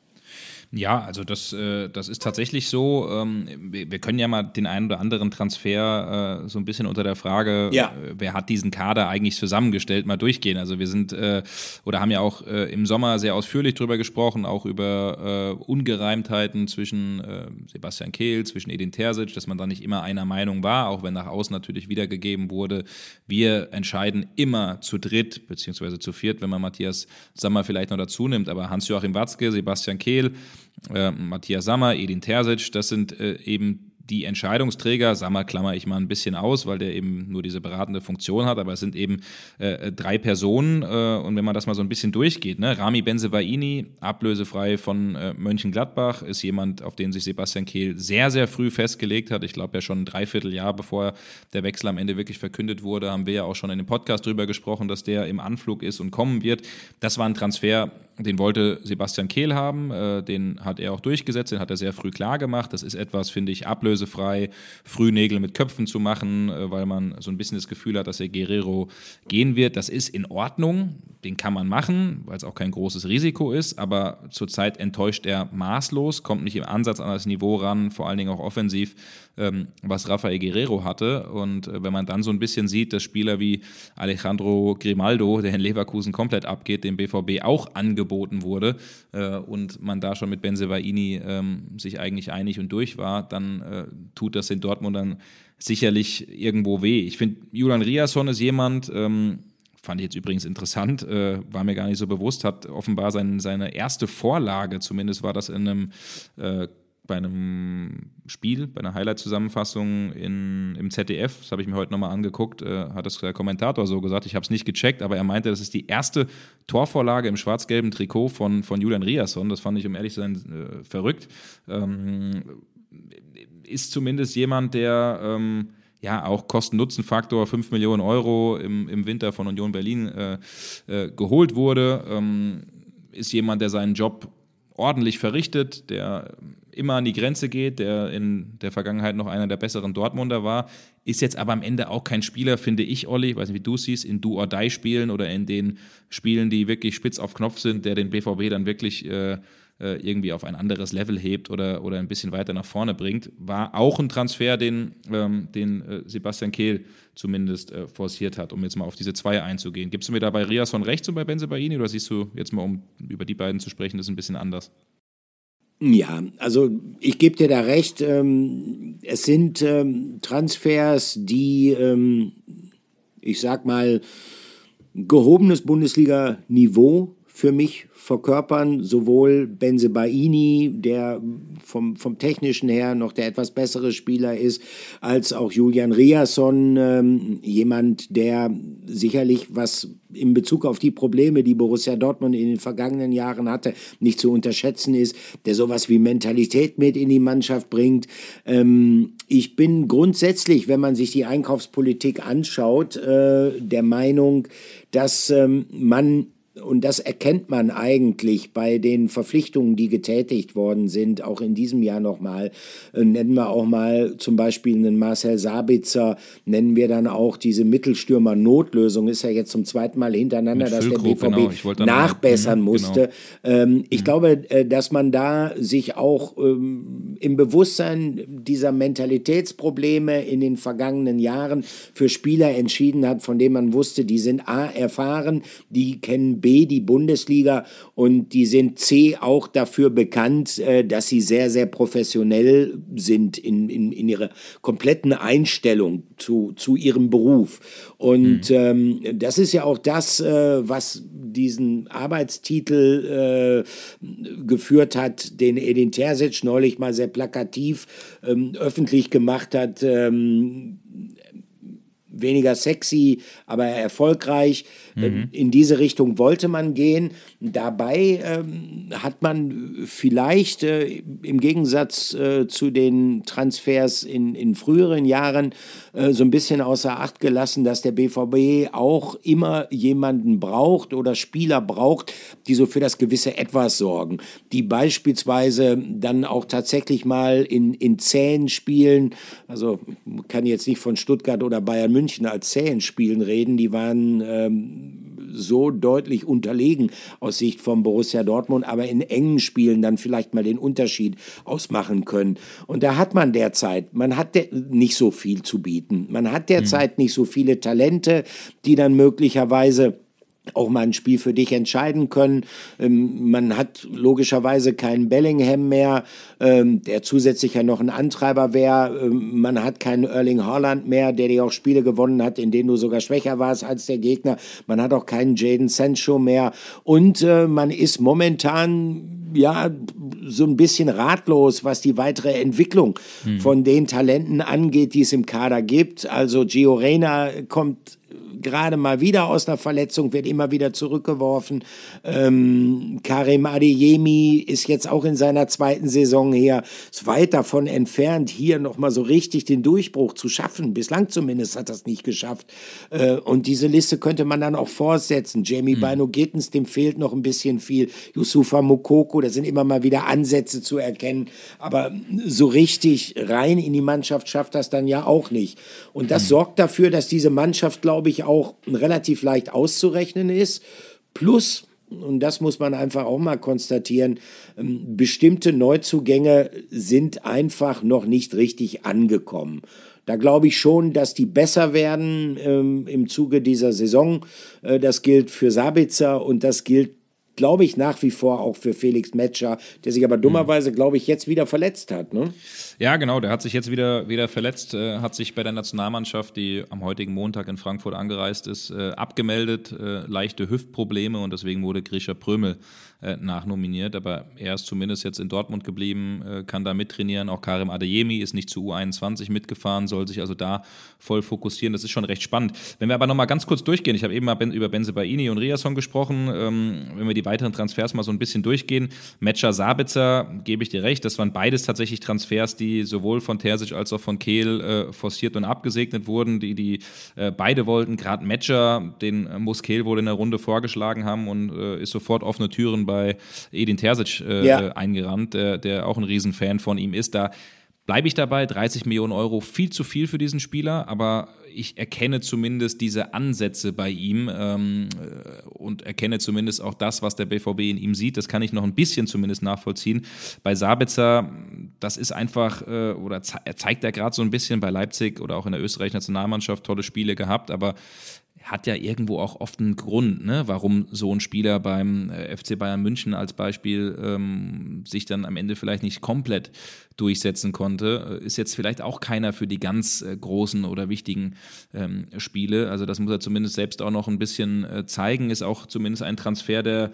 Ja, also das, äh, das ist tatsächlich so. Ähm, wir, wir können ja mal den einen oder anderen Transfer äh, so ein bisschen unter der Frage, ja. äh, wer hat diesen Kader eigentlich zusammengestellt, mal durchgehen. Also wir sind äh, oder haben ja auch äh, im Sommer sehr ausführlich drüber gesprochen, auch über äh, Ungereimtheiten zwischen äh, Sebastian Kehl, zwischen Edin Terzic, dass man da nicht immer einer Meinung war, auch wenn nach außen natürlich wiedergegeben wurde, wir entscheiden immer zu dritt, beziehungsweise zu viert, wenn man Matthias Sammer vielleicht noch dazu nimmt, aber Hans-Joachim Watzke, Sebastian Kehl, Äh, Matthias Sammer, Edin Terzic, das sind äh, eben die Entscheidungsträger. Sammer klammer ich mal ein bisschen aus, weil der eben nur diese beratende Funktion hat, aber es sind eben äh, drei Personen äh, und wenn man das mal so ein bisschen durchgeht, ne? Rami Bensebaini, ablösefrei von äh, Mönchengladbach, ist jemand, auf den sich Sebastian Kehl sehr, sehr früh festgelegt hat. Ich glaube ja schon ein Dreivierteljahr, bevor der Wechsel am Ende wirklich verkündet wurde, haben wir ja auch schon in dem Podcast drüber gesprochen, dass der im Anflug ist und kommen wird. Das war ein Transfer, Den wollte Sebastian Kehl haben, äh, den hat er auch durchgesetzt, den hat er sehr früh klar gemacht. Das ist etwas, finde ich, ablösefrei, früh Nägel mit Köpfen zu machen, äh, weil man so ein bisschen das Gefühl hat, dass der Guerrero gehen wird. Das ist in Ordnung, den kann man machen, weil es auch kein großes Risiko ist, aber zurzeit enttäuscht er maßlos, kommt nicht im Ansatz an das Niveau ran, vor allen Dingen auch offensiv, ähm, was Rafael Guerrero hatte. Und äh, wenn man dann so ein bisschen sieht, dass Spieler wie Alejandro Grimaldo, der in Leverkusen komplett abgeht, dem B V B auch angeboten wurde äh, und man da schon mit Bensebaini ähm, sich eigentlich einig und durch war, dann äh, tut das den Dortmundern sicherlich irgendwo weh. Ich finde, Julian Riasson ist jemand, ähm, fand ich jetzt übrigens interessant, äh, war mir gar nicht so bewusst, hat offenbar sein, seine erste Vorlage, zumindest war das in einem äh, bei einem Spiel, bei einer Highlight-Zusammenfassung in, im Z D F, das habe ich mir heute nochmal angeguckt, äh, hat das der Kommentator so gesagt, ich habe es nicht gecheckt, aber er meinte, das ist die erste Torvorlage im schwarz-gelben Trikot von, von Julian Riasson, das fand ich, um ehrlich zu sein, äh, verrückt. Ähm, ist zumindest jemand, der ähm, ja auch Kosten-Nutzen-Faktor fünf Millionen Euro im, im Winter von Union Berlin äh, äh, geholt wurde, ähm, ist jemand, der seinen Job ordentlich verrichtet, der immer an die Grenze geht, der in der Vergangenheit noch einer der besseren Dortmunder war, ist jetzt aber am Ende auch kein Spieler, finde ich, Olli, ich weiß nicht, wie du es siehst, in Do-or-Die-Spielen oder in den Spielen, die wirklich spitz auf Knopf sind, der den B V B dann wirklich äh, irgendwie auf ein anderes Level hebt oder, oder ein bisschen weiter nach vorne bringt. War auch ein Transfer, den, ähm, den äh, Sebastian Kehl zumindest äh, forciert hat, um jetzt mal auf diese zwei einzugehen. Gibst du mir da bei Riasson recht und bei Bensebaini oder siehst du jetzt mal, um über die beiden zu sprechen, das ist ein bisschen anders? Ja, also ich gebe dir da recht. Ähm, es sind ähm, Transfers, die, ähm, ich sag mal, gehobenes Bundesliga-Niveau für mich verkörpern, sowohl Bensebaini, der vom, vom Technischen her noch der etwas bessere Spieler ist, als auch Julian Riasson, ähm, jemand, der sicherlich, was in Bezug auf die Probleme, die Borussia Dortmund in den vergangenen Jahren hatte, nicht zu unterschätzen ist, der sowas wie Mentalität mit in die Mannschaft bringt. Ähm, ich bin grundsätzlich, wenn man sich die Einkaufspolitik anschaut, äh, der Meinung, dass ähm, man, und das erkennt man eigentlich bei den Verpflichtungen, die getätigt worden sind, auch in diesem Jahr nochmal. Äh, nennen wir auch mal zum Beispiel einen Marcel Sabitzer, nennen wir dann auch diese Mittelstürmer-Notlösung, ist ja jetzt zum zweiten Mal hintereinander, dass der B V B genau, nachbessern mal, musste. Genau. Ähm, ich mhm. glaube, äh, dass man da sich auch ähm, im Bewusstsein dieser Mentalitätsprobleme in den vergangenen Jahren für Spieler entschieden hat, von denen man wusste, die sind A, erfahren, die kennen B, die Bundesliga, und die sind C, auch dafür bekannt, äh, dass sie sehr, sehr professionell sind in, in, in ihrer kompletten Einstellung zu, zu ihrem Beruf. Und mhm. ähm, das ist ja auch das, äh, was diesen Arbeitstitel äh, geführt hat, den Edin Terzic neulich mal sehr plakativ ähm, öffentlich gemacht hat, ähm, weniger sexy, aber erfolgreich. Mhm. In diese Richtung wollte man gehen. Dabei ähm, hat man vielleicht äh, im Gegensatz äh, zu den Transfers in, in früheren Jahren äh, so ein bisschen außer Acht gelassen, dass der B V B auch immer jemanden braucht oder Spieler braucht, die so für das gewisse Etwas sorgen, die beispielsweise dann auch tatsächlich mal in, in zähen Spielen, also ich kann jetzt nicht von Stuttgart oder Bayern München als zähen Spielen reden, die waren ähm, so deutlich unterlegen aus Sicht von Borussia Dortmund, aber in engen Spielen dann vielleicht mal den Unterschied ausmachen können. Und da hat man derzeit, man hat de- nicht so viel zu bieten. Man hat derzeit mhm. nicht so viele Talente, die dann möglicherweise auch mal ein Spiel für dich entscheiden können. Ähm, man hat logischerweise keinen Bellingham mehr, ähm, der zusätzlich ja noch ein Antreiber wäre. Ähm, man hat keinen Erling Haaland mehr, der dir auch Spiele gewonnen hat, in denen du sogar schwächer warst als der Gegner. Man hat auch keinen Jadon Sancho mehr. Und äh, man ist momentan ja so ein bisschen ratlos, was die weitere Entwicklung hm. von den Talenten angeht, die es im Kader gibt. Also Gio Reyna kommt gerade mal wieder aus einer Verletzung, wird immer wieder zurückgeworfen. Ähm, Karim Adeyemi ist jetzt auch in seiner zweiten Saison her, ist weit davon entfernt, hier nochmal so richtig den Durchbruch zu schaffen. Bislang zumindest hat er es nicht geschafft. Äh, und diese Liste könnte man dann auch fortsetzen. Jamie mhm. Bino Gittens, dem fehlt noch ein bisschen viel. Youssoufa Moukoko, da sind immer mal wieder Ansätze zu erkennen. Aber so richtig rein in die Mannschaft schafft das dann ja auch nicht. Und das mhm. sorgt dafür, dass diese Mannschaft, glaube ich, auch relativ leicht auszurechnen ist. Plus, und das muss man einfach auch mal konstatieren, bestimmte Neuzugänge sind einfach noch nicht richtig angekommen. Da glaube ich schon, dass die besser werden ähm, im Zuge dieser Saison. Äh, das gilt für Sabitzer und das gilt, glaube ich, nach wie vor auch für Felix Metscher, der sich aber dummerweise, glaube ich, jetzt wieder verletzt hat, ne? Ja, genau, der hat sich jetzt wieder, wieder verletzt, äh, hat sich bei der Nationalmannschaft, die am heutigen Montag in Frankfurt angereist ist, äh, abgemeldet, äh, leichte Hüftprobleme und deswegen wurde Grisha Prömel äh, nachnominiert, aber er ist zumindest jetzt in Dortmund geblieben, äh, kann da mittrainieren, auch Karim Adeyemi ist nicht zu U einundzwanzig mitgefahren, soll sich also da voll fokussieren, das ist schon recht spannend. Wenn wir aber nochmal ganz kurz durchgehen, ich habe eben mal ben, über Bensebaini und Riasson gesprochen, ähm, wenn wir die weiteren Transfers mal so ein bisschen durchgehen, Metscher, Sabitzer, gebe ich dir recht, das waren beides tatsächlich Transfers, die sowohl von Terzic als auch von Kehl äh, forciert und abgesegnet wurden, die, die äh, beide wollten, gerade Metscher, den äh, muss Kehl wohl in der Runde vorgeschlagen haben und äh, ist sofort offene Türen bei Edin Terzic äh, ja. äh, eingerannt, der, der auch ein Riesenfan von ihm ist. Da bleibe ich dabei, dreißig Millionen Euro, viel zu viel für diesen Spieler, aber ich erkenne zumindest diese Ansätze bei ihm ähm, und erkenne zumindest auch das, was der B V B in ihm sieht. Das kann ich noch ein bisschen zumindest nachvollziehen. Bei Sabitzer, das ist einfach, äh, oder ze- er zeigt ja gerade so ein bisschen bei Leipzig oder auch in der österreichischen Nationalmannschaft tolle Spiele gehabt, aber hat ja irgendwo auch oft einen Grund, ne, warum so ein Spieler beim F C Bayern München als Beispiel ähm, sich dann am Ende vielleicht nicht komplett durchsetzen konnte. Ist jetzt vielleicht auch keiner für die ganz äh, großen oder wichtigen ähm, Spiele. Also das muss er zumindest selbst auch noch ein bisschen äh, zeigen. Ist auch zumindest ein Transfer, der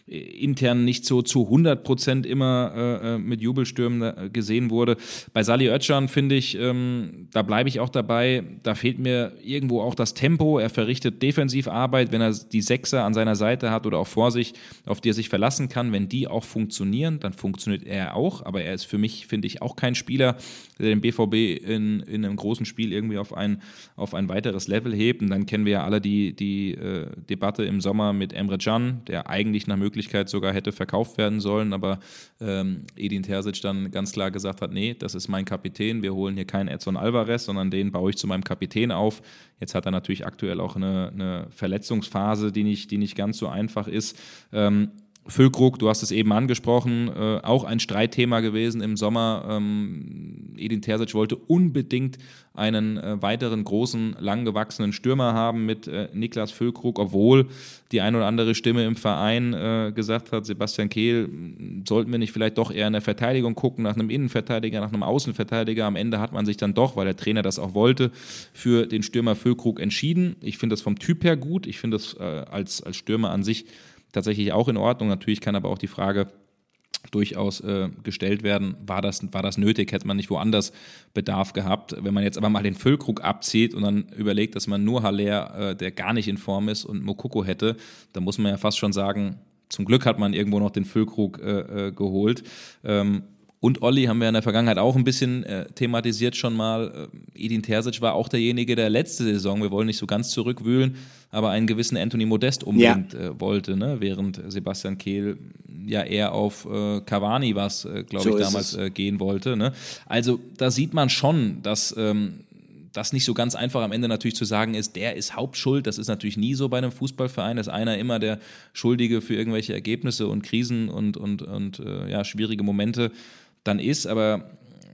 intern nicht so zu hundert Prozent immer äh, mit Jubelstürmen gesehen wurde. Bei Salih Özcan finde ich, ähm, da bleibe ich auch dabei, da fehlt mir irgendwo auch das Tempo. Er verrichtet Defensivarbeit, wenn er die Sechser an seiner Seite hat oder auch vor sich, auf die er sich verlassen kann. Wenn die auch funktionieren, dann funktioniert er auch. Aber er ist für mich, finde ich, auch kein Spieler, der den B V B in, in einem großen Spiel irgendwie auf ein, auf ein weiteres Level hebt. Und dann kennen wir ja alle die, die äh, Debatte im Sommer mit Emre Can, der eigentlich nach Möglichkeit sogar hätte verkauft werden sollen, aber ähm, Edin Terzic dann ganz klar gesagt hat, nee, das ist mein Kapitän, wir holen hier keinen Edson Alvarez, sondern den baue ich zu meinem Kapitän auf. Jetzt hat er natürlich aktuell auch eine, eine Verletzungsphase, die nicht, die nicht ganz so einfach ist. Ähm, Füllkrug, du hast es eben angesprochen, äh, auch ein Streitthema gewesen im Sommer. Ähm, Edin Terzic wollte unbedingt einen äh, weiteren großen, langgewachsenen Stürmer haben mit äh, Niklas Füllkrug, obwohl die ein oder andere Stimme im Verein äh, gesagt hat, Sebastian Kehl, sollten wir nicht vielleicht doch eher in der Verteidigung gucken, nach einem Innenverteidiger, nach einem Außenverteidiger. Am Ende hat man sich dann doch, weil der Trainer das auch wollte, für den Stürmer Füllkrug entschieden. Ich finde das vom Typ her gut, ich finde das äh, als, als Stürmer an sich tatsächlich auch in Ordnung. Natürlich kann aber auch die Frage durchaus äh, gestellt werden, war das, war das nötig, hätte man nicht woanders Bedarf gehabt. Wenn man jetzt aber mal den Füllkrug abzieht und dann überlegt, dass man nur Haller, äh, der gar nicht in Form ist, und Moukoko hätte, dann muss man ja fast schon sagen, zum Glück hat man irgendwo noch den Füllkrug äh, äh, geholt. Ähm, Und Olli haben wir in der Vergangenheit auch ein bisschen äh, thematisiert schon mal. Äh, Edin Terzic war auch derjenige, der letzte Saison, wir wollen nicht so ganz zurückwühlen, aber einen gewissen Anthony Modest unbedingt ja. äh, wollte, ne? Während Sebastian Kehl ja eher auf äh, Cavani was, äh, glaube so ich, damals äh, gehen wollte. Ne? Also da sieht man schon, dass ähm, das nicht so ganz einfach am Ende natürlich zu sagen ist, der ist Hauptschuld. Das ist natürlich nie so bei einem Fußballverein, dass einer immer der Schuldige für irgendwelche Ergebnisse und Krisen und, und, und äh, ja, schwierige Momente dann ist, aber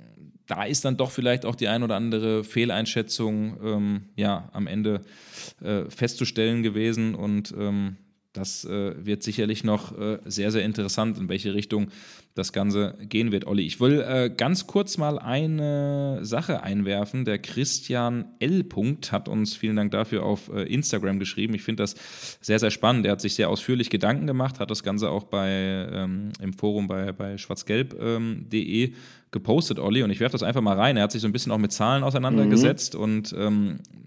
da ist dann doch vielleicht auch die ein oder andere Fehleinschätzung ähm, ja, am Ende äh, festzustellen gewesen und ähm, das äh, wird sicherlich noch äh, sehr, sehr interessant, in welche Richtung das Ganze gehen wird. Olli, ich will äh, ganz kurz mal eine Sache einwerfen. Der Christian L. hat uns, vielen Dank dafür, auf äh, Instagram geschrieben. Ich finde das sehr, sehr spannend. Er hat sich sehr ausführlich Gedanken gemacht, hat das Ganze auch bei, ähm, im Forum bei, bei schwarzgelb punkt de ähm, gepostet, Olli. Und ich werfe das einfach mal rein. Er hat sich so ein bisschen auch mit Zahlen auseinandergesetzt mhm. und ähm,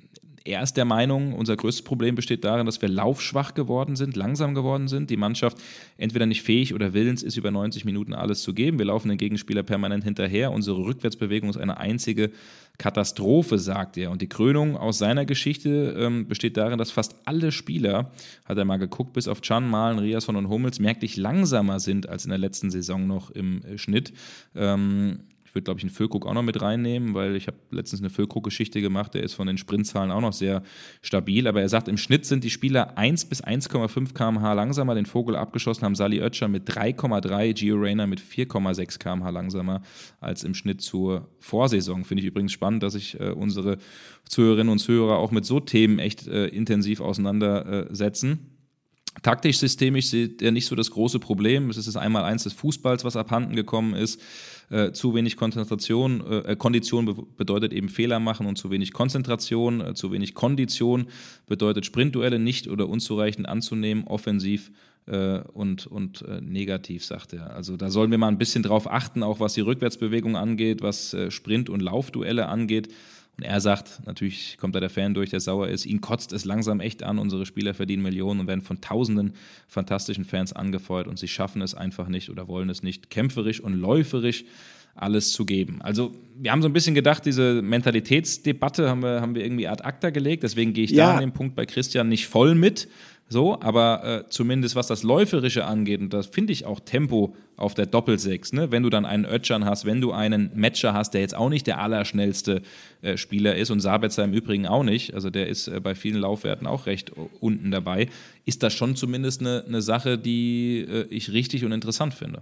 er ist der Meinung, unser größtes Problem besteht darin, dass wir laufschwach geworden sind, langsam geworden sind. Die Mannschaft entweder nicht fähig oder willens ist, über neunzig Minuten alles zu geben. Wir laufen den Gegenspieler permanent hinterher. Unsere Rückwärtsbewegung ist eine einzige Katastrophe, sagt er. Und die Krönung aus seiner Geschichte ähm, besteht darin, dass fast alle Spieler, hat er mal geguckt, bis auf Can, Malen, Riasson und Hummels, merklich langsamer sind als in der letzten Saison noch im äh, Schnitt. Ähm, Ich würde, glaube ich, einen Füllkrug auch noch mit reinnehmen, weil ich habe letztens eine Füllkrug-Geschichte gemacht, der ist von den Sprintzahlen auch noch sehr stabil, aber er sagt, im Schnitt sind die Spieler eins bis eins Komma fünf Kilometer pro Stunde langsamer. Den Vogel abgeschossen haben Sally Oetschan mit drei Komma drei, Gio Reyna mit vier Komma sechs Kilometer pro Stunde langsamer als im Schnitt zur Vorsaison. Finde ich übrigens spannend, dass sich äh, unsere Zuhörerinnen und Zuhörer auch mit so Themen echt äh, intensiv auseinandersetzen. Taktisch, systemisch sieht er nicht so das große Problem. Es ist das Einmaleins des Fußballs, was abhanden gekommen ist. Äh, zu wenig Konzentration, äh, Kondition be- bedeutet eben Fehler machen und zu wenig Konzentration, äh, zu wenig Kondition bedeutet Sprintduelle nicht oder unzureichend anzunehmen, offensiv äh, und, und äh, negativ, sagt er. Also da sollen wir mal ein bisschen drauf achten, auch was die Rückwärtsbewegung angeht, was äh, Sprint- und Laufduelle angeht. Und er sagt, natürlich kommt da der Fan durch, der sauer ist, ihn kotzt es langsam echt an, unsere Spieler verdienen Millionen und werden von tausenden fantastischen Fans angefeuert und sie schaffen es einfach nicht oder wollen es nicht, kämpferisch und läuferisch alles zu geben. Also wir haben so ein bisschen gedacht, diese Mentalitätsdebatte haben wir, haben wir irgendwie ad acta gelegt, deswegen gehe ich ja. da an dem Punkt bei Christian nicht voll mit, so, aber äh, zumindest was das Läuferische angeht, und das finde ich auch Tempo auf der Doppelsechs, ne? Wenn du dann einen Özcan hast, wenn du einen Metscher hast, der jetzt auch nicht der allerschnellste äh, Spieler ist und Sabitzer im Übrigen auch nicht, also der ist äh, bei vielen Laufwerten auch recht uh, unten dabei, ist das schon zumindest eine, eine Sache, die äh, ich richtig und interessant finde.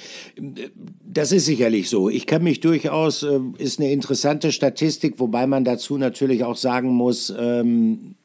Das ist sicherlich so. Ich kann mich durchaus, äh, ist eine interessante Statistik, wobei man dazu natürlich auch sagen muss, ähm,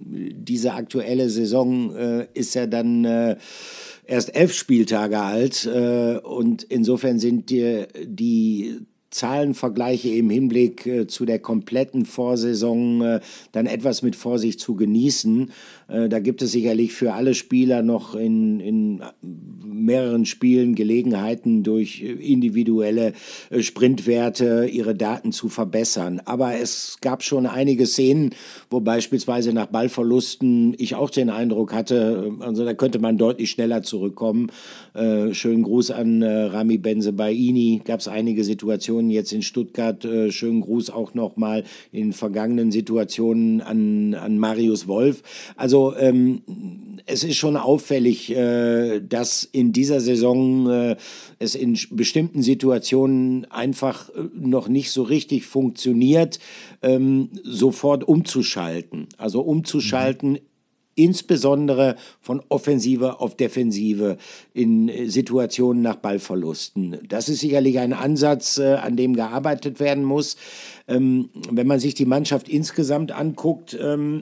diese aktuelle Saison äh, ist ja dann äh, erst elf Spieltage alt äh, und insofern sind die, die Zahlenvergleiche im Hinblick äh, zu der kompletten Vorsaison äh, dann etwas mit Vorsicht zu genießen. Äh, da gibt es sicherlich für alle Spieler noch in, in mehreren Spielen Gelegenheiten, durch individuelle äh, Sprintwerte ihre Daten zu verbessern. Aber es gab schon einige Szenen, wo beispielsweise nach Ballverlusten ich auch den Eindruck hatte, also da könnte man deutlich schneller zurückkommen. Äh, schönen Gruß an äh, Rami Bensebaini. Gab es einige Situationen jetzt in Stuttgart. Äh, schönen Gruß auch nochmal in vergangenen Situationen an, an Marius Wolf. Also ähm, es ist schon auffällig, äh, dass in dieser Saison äh, es in bestimmten Situationen einfach äh, noch nicht so richtig funktioniert, ähm, sofort umzuschalten. Also umzuschalten, mhm. insbesondere von Offensive auf Defensive in Situationen nach Ballverlusten. Das ist sicherlich ein Ansatz, äh, an dem gearbeitet werden muss. Ähm, wenn man sich die Mannschaft insgesamt anguckt, ähm,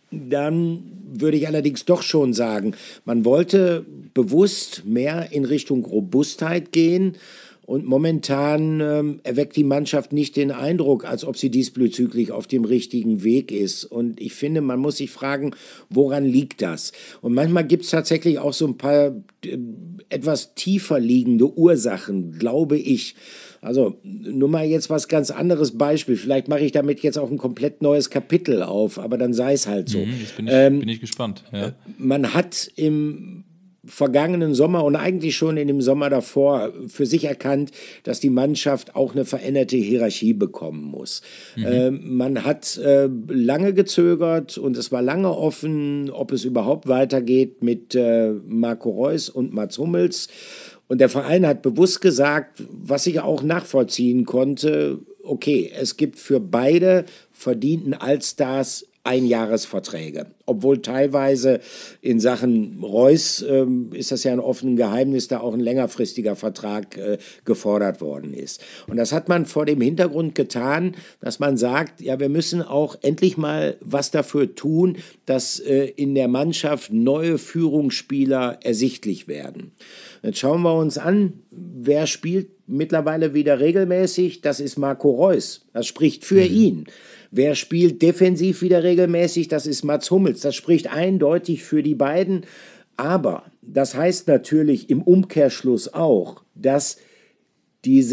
dann würde ich allerdings doch schon sagen, man wollte bewusst mehr in Richtung Robustheit gehen. Und momentan ähm, erweckt die Mannschaft nicht den Eindruck, als ob sie diesbezüglich auf dem richtigen Weg ist. Und ich finde, man muss sich fragen, woran liegt das? Und manchmal gibt es tatsächlich auch so ein paar äh, etwas tiefer liegende Ursachen, glaube ich. Also nur mal jetzt was ganz anderes Beispiel. Vielleicht mache ich damit jetzt auch ein komplett neues Kapitel auf, aber dann sei es halt so. Mhm, jetzt bin ich, ähm, bin ich gespannt. Ja. Man hat im vergangenen Sommer und eigentlich schon in dem Sommer davor für sich erkannt, dass die Mannschaft auch eine veränderte Hierarchie bekommen muss. Mhm. Äh, man hat äh, lange gezögert und es war lange offen, ob es überhaupt weitergeht mit äh, Marco Reus und Mats Hummels. Und der Verein hat bewusst gesagt, was ich auch nachvollziehen konnte, okay, es gibt für beide verdienten Allstars Einjahresverträge. Obwohl teilweise in Sachen Reus ähm, ist das ja ein offenes Geheimnis, da auch ein längerfristiger Vertrag äh, gefordert worden ist. Und das hat man vor dem Hintergrund getan, dass man sagt, ja, wir müssen auch endlich mal was dafür tun, dass äh, in der Mannschaft neue Führungsspieler ersichtlich werden. Jetzt schauen wir uns an, wer spielt mittlerweile wieder regelmäßig. Das ist Marco Reus. Das spricht für mhm. ihn. Wer spielt defensiv wieder regelmäßig? Das ist Mats Hummels. Das spricht eindeutig für die beiden. Aber das heißt natürlich im Umkehrschluss auch, dass diese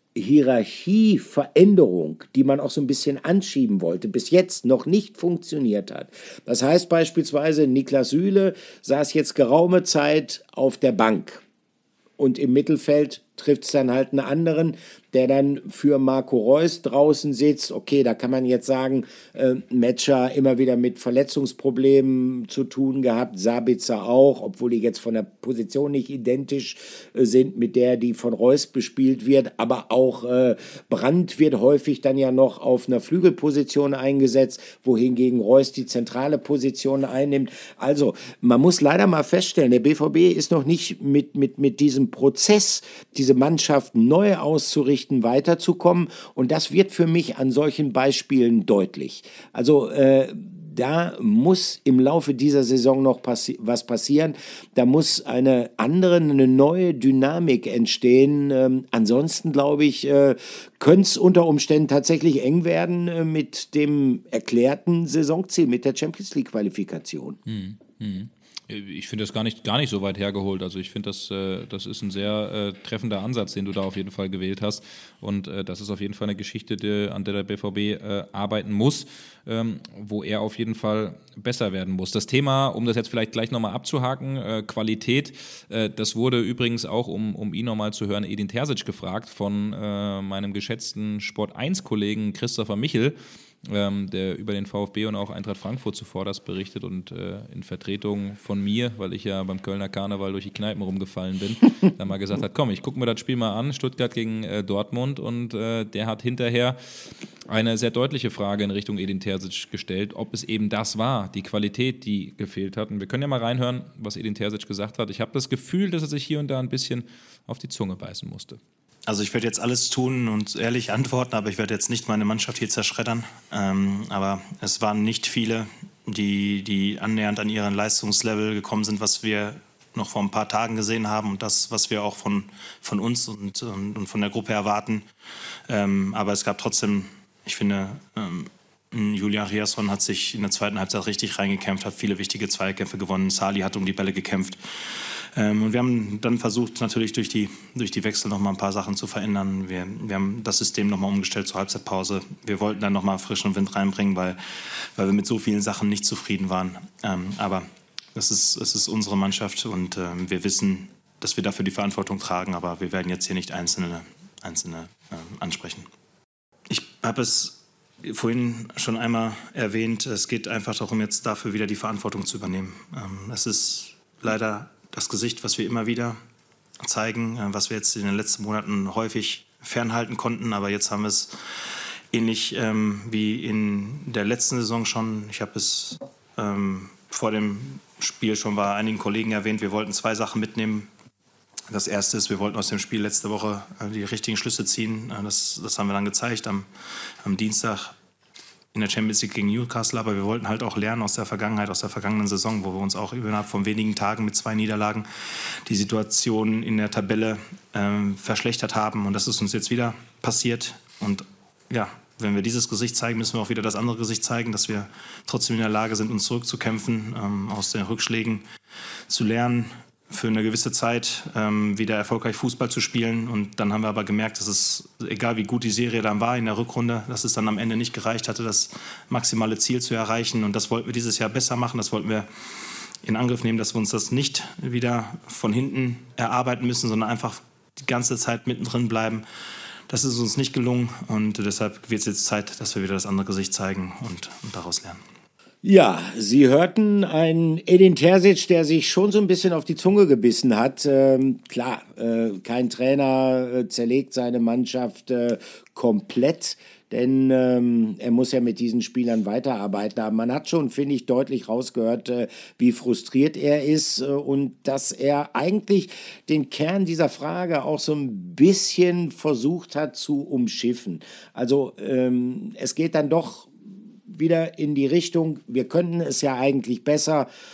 Hierarchieveränderung, die man auch so ein bisschen anschieben wollte, bis jetzt noch nicht funktioniert hat. Das heißt beispielsweise, Niklas Süle saß jetzt geraume Zeit auf der Bank und im Mittelfeld trifft es dann halt einen anderen, der dann für Marco Reus draußen sitzt. Okay, da kann man jetzt sagen, äh, Metscher immer wieder mit Verletzungsproblemen zu tun gehabt, Sabitzer auch, obwohl die jetzt von der Position nicht identisch äh, sind mit der, die von Reus bespielt wird. Aber auch äh, Brandt wird häufig dann ja noch auf einer Flügelposition eingesetzt, wohingegen Reus die zentrale Position einnimmt. Also man muss leider mal feststellen, der B V B ist noch nicht mit, mit, mit diesem Prozess, diese Mannschaft neu auszurichten, weiterzukommen. Und das wird für mich an solchen Beispielen deutlich. Also äh, da muss im Laufe dieser Saison noch passi- was passieren. Da muss eine andere, eine neue Dynamik entstehen. Ähm, ansonsten, glaube ich, äh, könnte es unter Umständen tatsächlich eng werden äh, mit dem erklärten Saisonziel, mit der Champions-League-Qualifikation. Hm, hm. Ich finde das gar nicht, gar nicht so weit hergeholt. Also ich finde, das, äh, das ist ein sehr äh, treffender Ansatz, den du da auf jeden Fall gewählt hast. Und äh, das ist auf jeden Fall eine Geschichte, die, an der der B V B äh, arbeiten muss, ähm, wo er auf jeden Fall besser werden muss. Das Thema, um das jetzt vielleicht gleich nochmal abzuhaken, äh, Qualität, äh, das wurde übrigens auch, um, um ihn nochmal zu hören, Edin Terzic gefragt von äh, meinem geschätzten Sport eins Kollegen Christopher Michel, Ähm, der über den VfB und auch Eintracht Frankfurt zuvor das berichtet und äh, in Vertretung von mir, weil ich ja beim Kölner Karneval durch die Kneipen rumgefallen bin, dann mal gesagt hat, komm, ich gucke mir das Spiel mal an, Stuttgart gegen äh, Dortmund, und äh, der hat hinterher eine sehr deutliche Frage in Richtung Edin Terzic gestellt, ob es eben das war, die Qualität, die gefehlt hat. Und wir können ja mal reinhören, was Edin Terzic gesagt hat. Ich habe das Gefühl, dass er sich hier und da ein bisschen auf die Zunge beißen musste. Also ich werde jetzt alles tun und ehrlich antworten, aber ich werde jetzt nicht meine Mannschaft hier zerschreddern. Ähm, aber es waren nicht viele, die, die annähernd an ihren Leistungslevel gekommen sind, was wir noch vor ein paar Tagen gesehen haben und das, was wir auch von, von uns und, und, und von der Gruppe erwarten. Ähm, aber es gab trotzdem, ich finde, ähm, Julian Riasson hat sich in der zweiten Halbzeit richtig reingekämpft, hat viele wichtige Zweikämpfe gewonnen. Sali hat um die Bälle gekämpft. Ähm, und wir haben dann versucht, natürlich durch die, durch die Wechsel noch mal ein paar Sachen zu verändern. Wir, wir haben das System noch mal umgestellt zur Halbzeitpause. Wir wollten dann noch mal frischen Wind reinbringen, weil, weil wir mit so vielen Sachen nicht zufrieden waren. Ähm, aber es ist, es ist unsere Mannschaft und ähm, wir wissen, dass wir dafür die Verantwortung tragen. Aber wir werden jetzt hier nicht Einzelne, Einzelne ähm, ansprechen. Ich habe es vorhin schon einmal erwähnt. Es geht einfach darum, jetzt dafür wieder die Verantwortung zu übernehmen. Ähm, es ist leider das Gesicht, was wir immer wieder zeigen, was wir jetzt in den letzten Monaten häufig fernhalten konnten. Aber jetzt haben wir es ähnlich ähm, wie in der letzten Saison schon. Ich habe es ähm, vor dem Spiel schon bei einigen Kollegen erwähnt. Wir wollten zwei Sachen mitnehmen. Das erste ist, wir wollten aus dem Spiel letzte Woche äh, die richtigen Schlüsse ziehen. Äh, das, das haben wir dann gezeigt am, am Dienstag in der Champions League gegen Newcastle, aber wir wollten halt auch lernen aus der Vergangenheit, aus der vergangenen Saison, wo wir uns auch innerhalb von wenigen Tagen mit zwei Niederlagen die Situation in der Tabelle ähm, verschlechtert haben, und das ist uns jetzt wieder passiert. Und ja, wenn wir dieses Gesicht zeigen, müssen wir auch wieder das andere Gesicht zeigen, dass wir trotzdem in der Lage sind, uns zurückzukämpfen, ähm, aus den Rückschlägen zu lernen, für eine gewisse Zeit ähm, wieder erfolgreich Fußball zu spielen. Und dann haben wir aber gemerkt, dass es, egal wie gut die Serie dann war in der Rückrunde, dass es dann am Ende nicht gereicht hatte, das maximale Ziel zu erreichen. Und das wollten wir dieses Jahr besser machen. Das wollten wir in Angriff nehmen, dass wir uns das nicht wieder von hinten erarbeiten müssen, sondern einfach die ganze Zeit mittendrin bleiben. Das ist uns nicht gelungen, und deshalb wird es jetzt Zeit, dass wir wieder das andere Gesicht zeigen und, und daraus lernen. Ja, Sie hörten einen Edin Terzic, der sich schon so ein bisschen auf die Zunge gebissen hat. Ähm, klar, äh, kein Trainer äh, zerlegt seine Mannschaft äh, komplett, denn ähm, er muss ja mit diesen Spielern weiterarbeiten. Aber man hat schon, finde ich, deutlich rausgehört, äh, wie frustriert er ist äh, und dass er eigentlich den Kern dieser Frage auch so ein bisschen versucht hat zu umschiffen. Also ähm, es geht dann doch wieder in die Richtung, wir könnten es ja eigentlich besser,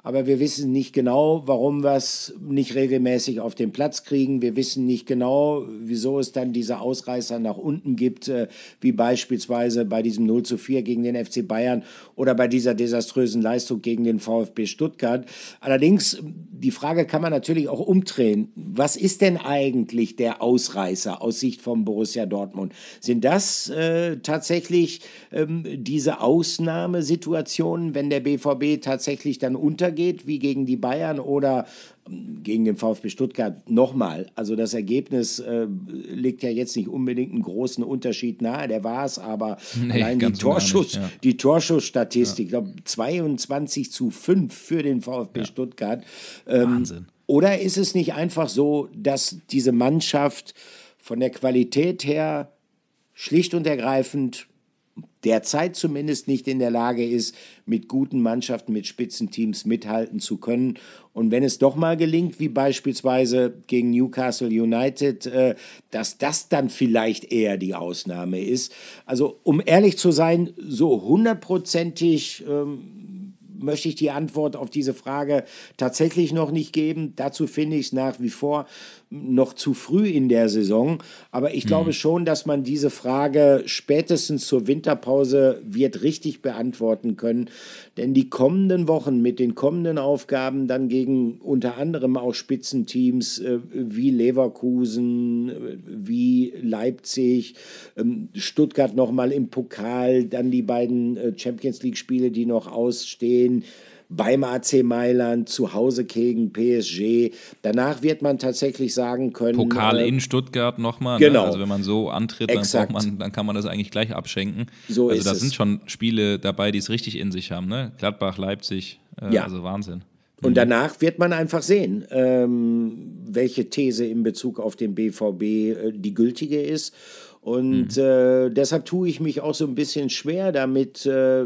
Aber wir wissen nicht genau, warum wir es nicht regelmäßig auf den Platz kriegen. Wir wissen nicht genau, wieso es dann diese Ausreißer nach unten gibt, äh, wie beispielsweise bei diesem null zu vier gegen den F C Bayern oder bei dieser desaströsen Leistung gegen den VfB Stuttgart. Allerdings, die Frage kann man natürlich auch umdrehen. Was ist denn eigentlich der Ausreißer aus Sicht von Borussia Dortmund? Sind das äh, tatsächlich ähm, diese Ausnahmesituationen, wenn der B V B tatsächlich dann unter geht, wie gegen die Bayern oder gegen den VfB Stuttgart nochmal? Also das Ergebnis äh, legt ja jetzt nicht unbedingt einen großen Unterschied nahe, der war es, aber nee, allein die, Torschuss, nicht, ja. die Torschussstatistik, ich glaube zweiundzwanzig zu fünf für den VfB ja. Stuttgart. Ähm, Wahnsinn. Oder ist es nicht einfach so, dass diese Mannschaft von der Qualität her schlicht und ergreifend derzeit zumindest nicht in der Lage ist, mit guten Mannschaften, mit Spitzenteams mithalten zu können? Und wenn es doch mal gelingt, wie beispielsweise gegen Newcastle United, äh, dass das dann vielleicht eher die Ausnahme ist. Also um ehrlich zu sein, so hundertprozentig ähm, möchte ich die Antwort auf diese Frage tatsächlich noch nicht geben. Dazu finde ich es nach wie vor noch zu früh in der Saison. Aber ich mhm. glaube schon, dass man diese Frage spätestens zur Winterpause wird richtig beantworten können. Denn die kommenden Wochen mit den kommenden Aufgaben dann gegen unter anderem auch Spitzenteams äh, wie Leverkusen, äh, wie Leipzig, ähm, Stuttgart nochmal im Pokal, dann die beiden äh, Champions-League-Spiele, die noch ausstehen, beim A C Mailand, zu Hause gegen P S G. Danach wird man tatsächlich sagen können... Pokal äh, in Stuttgart nochmal. Genau. Ne? Also wenn man so antritt, dann, braucht man, dann kann man das eigentlich gleich abschenken. So also ist da es. sind schon Spiele dabei, die es richtig in sich haben. Ne? Gladbach, Leipzig, äh, ja. also Wahnsinn. Und danach wird man einfach sehen, ähm, welche These in Bezug auf den B V B äh, die gültige ist. Und mhm. äh, deshalb tue ich mich auch so ein bisschen schwer damit, äh,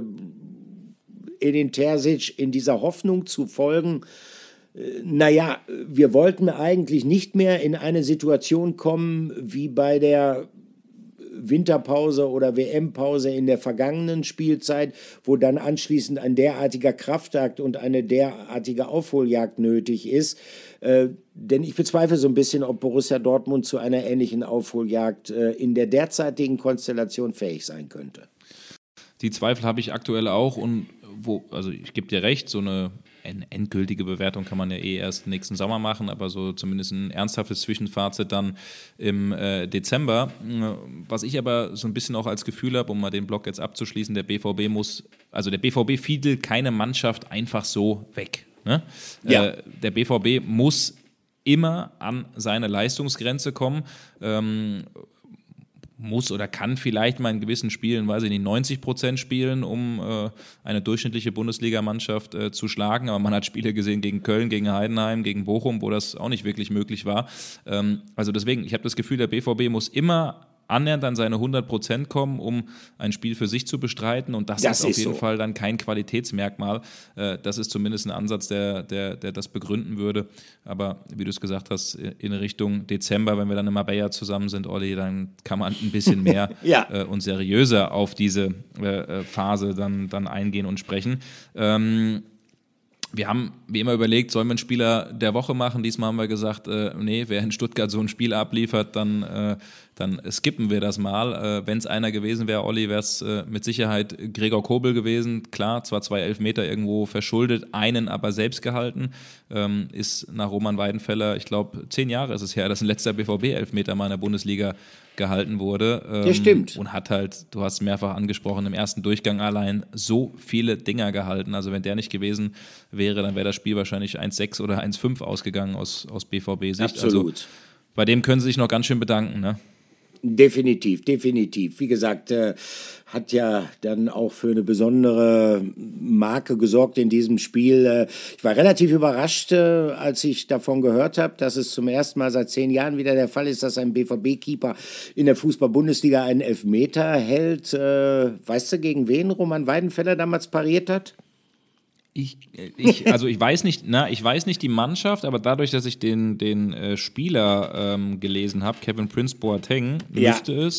Edin Terzic in dieser Hoffnung zu folgen. Äh, naja, wir wollten eigentlich nicht mehr in eine Situation kommen wie bei der Winterpause oder W M-Pause in der vergangenen Spielzeit, wo dann anschließend ein derartiger Kraftakt und eine derartige Aufholjagd nötig ist. Äh, denn ich bezweifle so ein bisschen, ob Borussia Dortmund zu einer ähnlichen Aufholjagd äh, in der derzeitigen Konstellation fähig sein könnte. Die Zweifel habe ich aktuell auch und wo, also ich gebe dir recht, so eine endgültige Bewertung kann man ja eh erst nächsten Sommer machen, aber so zumindest ein ernsthaftes Zwischenfazit dann im äh, Dezember. Was ich aber so ein bisschen auch als Gefühl habe, um mal den Block jetzt abzuschließen, der B V B muss, also der B V B fiedelt keine Mannschaft einfach so weg. Ne? Ja. Äh, der B V B muss immer an seine Leistungsgrenze kommen. Ähm, muss oder kann vielleicht mal in gewissen Spielen, weiß ich nicht, neunzig Prozent spielen, um äh, eine durchschnittliche Bundesligamannschaft äh, zu schlagen. Aber man hat Spiele gesehen gegen Köln, gegen Heidenheim, gegen Bochum, wo das auch nicht wirklich möglich war. Ähm, also deswegen, ich habe das Gefühl, der B V B muss immer annähernd an seine hundert Prozent kommen, um ein Spiel für sich zu bestreiten. Und das, das ist auf ist jeden so. Fall dann kein Qualitätsmerkmal. Äh, das ist zumindest ein Ansatz, der, der, der das begründen würde. Aber wie du es gesagt hast, in Richtung Dezember, wenn wir dann in Marbella zusammen sind, Olli, dann kann man ein bisschen mehr ja. äh, und seriöser auf diese äh, Phase dann, dann eingehen und sprechen. Ähm, Wir haben wie immer überlegt, sollen wir einen Spieler der Woche machen? Diesmal haben wir gesagt, äh, nee, wer in Stuttgart so ein Spiel abliefert, dann, äh, dann skippen wir das mal. Äh, wenn es einer gewesen wäre, Olli, wäre es äh, mit Sicherheit Gregor Kobel gewesen. Klar, zwar zwei Elfmeter irgendwo verschuldet, einen aber selbst gehalten. Ähm, ist nach Roman Weidenfeller, ich glaube, zehn Jahre ist es her, dass ein letzter B V B-Elfmeter mal in der Bundesliga gehalten wurde. Ähm, ja, stimmt. Und hat halt, du hast es mehrfach angesprochen, im ersten Durchgang allein so viele Dinger gehalten. Also wenn der nicht gewesen wäre, dann wäre das Spiel wahrscheinlich eins sechs oder eins fünf ausgegangen aus, aus B V B-Sicht. Absolut. Also bei dem können sie sich noch ganz schön bedanken, ne? Definitiv, definitiv. Wie gesagt, äh, hat ja dann auch für eine besondere Marke gesorgt in diesem Spiel. Äh, ich war relativ überrascht, äh, als ich davon gehört habe, dass es zum ersten Mal seit zehn Jahren wieder der Fall ist, dass ein B V B-Keeper in der Fußball-Bundesliga einen Elfmeter hält. Äh, weißt du, gegen wen Roman Weidenfeller damals pariert hat? Ich, ich, also ich weiß nicht, na, ich weiß nicht die Mannschaft, aber dadurch, dass ich den, den äh, Spieler ähm, gelesen habe, Kevin Prince Boateng, ja. müsste es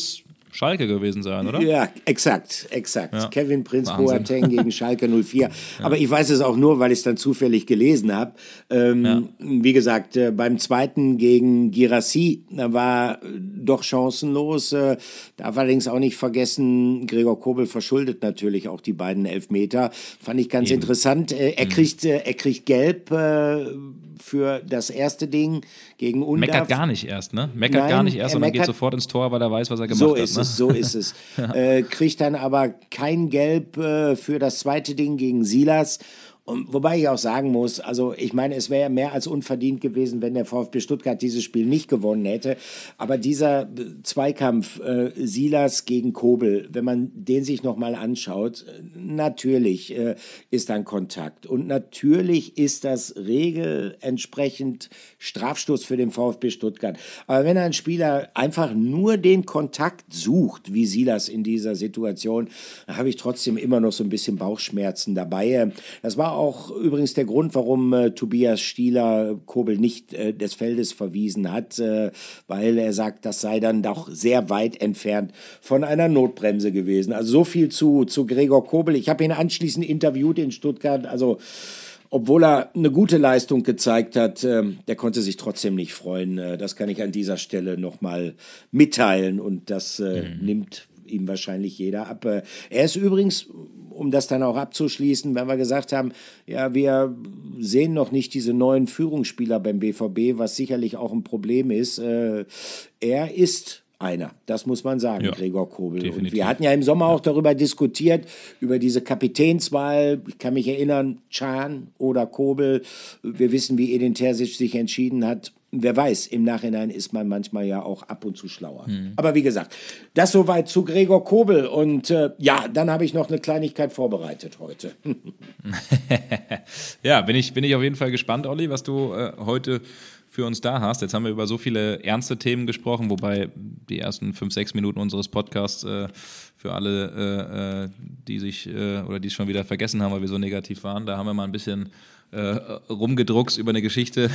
Schalke gewesen sein, oder? Ja, exakt, exakt. Ja. Kevin Prince Wahnsinn. Boateng gegen Schalke null vier. Ja. Aber ich weiß es auch nur, weil ich es dann zufällig gelesen habe. Ähm, ja. Wie gesagt, äh, beim zweiten gegen Guirassy, da war äh, doch chancenlos. Äh, darf allerdings auch nicht vergessen, Gregor Kobel verschuldet natürlich auch die beiden Elfmeter. Fand ich ganz Eben. interessant. Äh, er, mhm. kriegt, äh, er kriegt gelb äh, für das erste Ding gegen Undav. Meckert gar nicht erst, ne? Meckert Nein, gar nicht erst, sondern meckert, geht sofort ins Tor, weil er weiß, was er gemacht so hat. Ist ne? es, so ist es. ja. äh, kriegt dann aber kein Gelb äh, für das zweite Ding gegen Silas. Und wobei ich auch sagen muss, also ich meine, es wäre mehr als unverdient gewesen, wenn der VfB Stuttgart dieses Spiel nicht gewonnen hätte. Aber dieser Zweikampf äh, Silas gegen Kobel, wenn man den sich nochmal anschaut, natürlich äh, ist da ein Kontakt. Und natürlich ist das regelentsprechend Strafstoß für den VfB Stuttgart. Aber wenn ein Spieler einfach nur den Kontakt sucht, wie Silas in dieser Situation, dann habe ich trotzdem immer noch so ein bisschen Bauchschmerzen dabei. Das war auch übrigens der Grund, warum äh, Tobias Stieler Kobel nicht äh, des Feldes verwiesen hat, äh, weil er sagt, das sei dann doch sehr weit entfernt von einer Notbremse gewesen. Also so viel zu, zu Gregor Kobel. Ich habe ihn anschließend interviewt in Stuttgart, also obwohl er eine gute Leistung gezeigt hat, äh, der konnte sich trotzdem nicht freuen. Äh, das kann ich an dieser Stelle nochmal mitteilen und das äh, mhm. nimmt ihm wahrscheinlich jeder ab. Äh, er ist übrigens, um das dann auch abzuschließen, wenn wir gesagt haben, ja, wir sehen noch nicht diese neuen Führungsspieler beim B V B, was sicherlich auch ein Problem ist. Äh, er ist einer, das muss man sagen, ja, Gregor Kobel. Definitiv. Und wir hatten ja im Sommer auch darüber diskutiert, über diese Kapitänswahl. Ich kann mich erinnern, Can oder Kobel. Wir wissen, wie Edin Terzic sich entschieden hat. Wer weiß, im Nachhinein ist man manchmal ja auch ab und zu schlauer. Mhm. Aber wie gesagt, das soweit zu Gregor Kobel. Und äh, ja, dann habe ich noch eine Kleinigkeit vorbereitet heute. Ja, bin ich, bin ich auf jeden Fall gespannt, Olli, was du äh, heute für uns da hast. Jetzt haben wir über so viele ernste Themen gesprochen, wobei die ersten fünf, sechs Minuten unseres Podcasts äh, für alle, äh, die sich äh, oder die es schon wieder vergessen haben, weil wir so negativ waren, da haben wir mal ein bisschen äh, rumgedruckst über eine Geschichte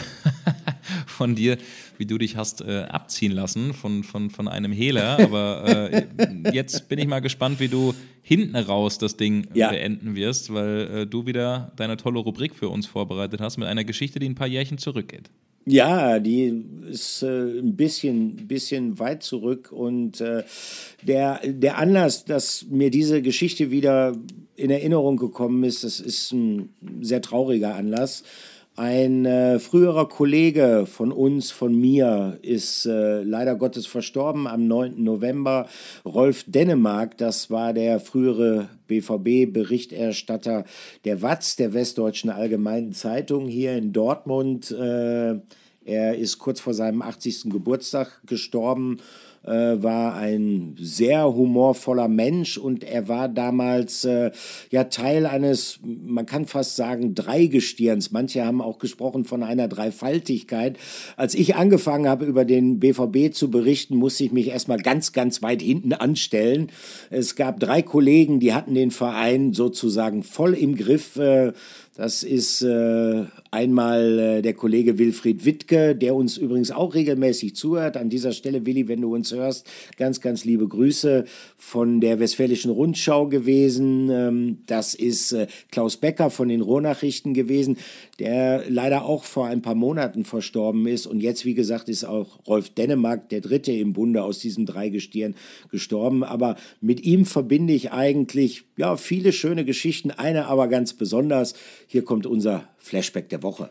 von dir, wie du dich hast äh, abziehen lassen von, von, von einem Hehler. Aber äh, jetzt bin ich mal gespannt, wie du hinten raus das Ding ja. beenden wirst, weil äh, du wieder deine tolle Rubrik für uns vorbereitet hast mit einer Geschichte, die ein paar Jährchen zurückgeht. Ja, die ist äh, ein bisschen, bisschen weit zurück und äh, der, der Anlass, dass mir diese Geschichte wieder in Erinnerung gekommen ist, das ist ein sehr trauriger Anlass. Ein äh, früherer Kollege von uns, von mir, ist äh, leider Gottes verstorben am neunten November. Rolf Dennemark, das war der frühere B V B-Berichterstatter der W A Z, der Westdeutschen Allgemeinen Zeitung hier in Dortmund. Äh, er ist kurz vor seinem achtzigsten Geburtstag gestorben. Äh, war ein sehr humorvoller Mensch und er war damals äh, ja Teil eines, man kann fast sagen, Dreigestirns. Manche haben auch gesprochen von einer Dreifaltigkeit. Als ich angefangen habe, über den B V B zu berichten, musste ich mich erstmal ganz, ganz weit hinten anstellen. Es gab drei Kollegen, die hatten den Verein sozusagen voll im Griff. Äh, Das ist äh, einmal äh, der Kollege Wilfried Wittke, der uns übrigens auch regelmäßig zuhört. An dieser Stelle, Willi, wenn du uns hörst, ganz, ganz liebe Grüße von der Westfälischen Rundschau gewesen. Ähm, das ist äh, Klaus Becker von den Ruhrnachrichten gewesen, der leider auch vor ein paar Monaten verstorben ist. Und jetzt, wie gesagt, ist auch Rolf Dennemark, der Dritte im Bunde aus diesem Dreigestirn, gestorben. Aber mit ihm verbinde ich eigentlich ja viele schöne Geschichten, eine aber ganz besonders. Hier kommt unser Flashback der Woche.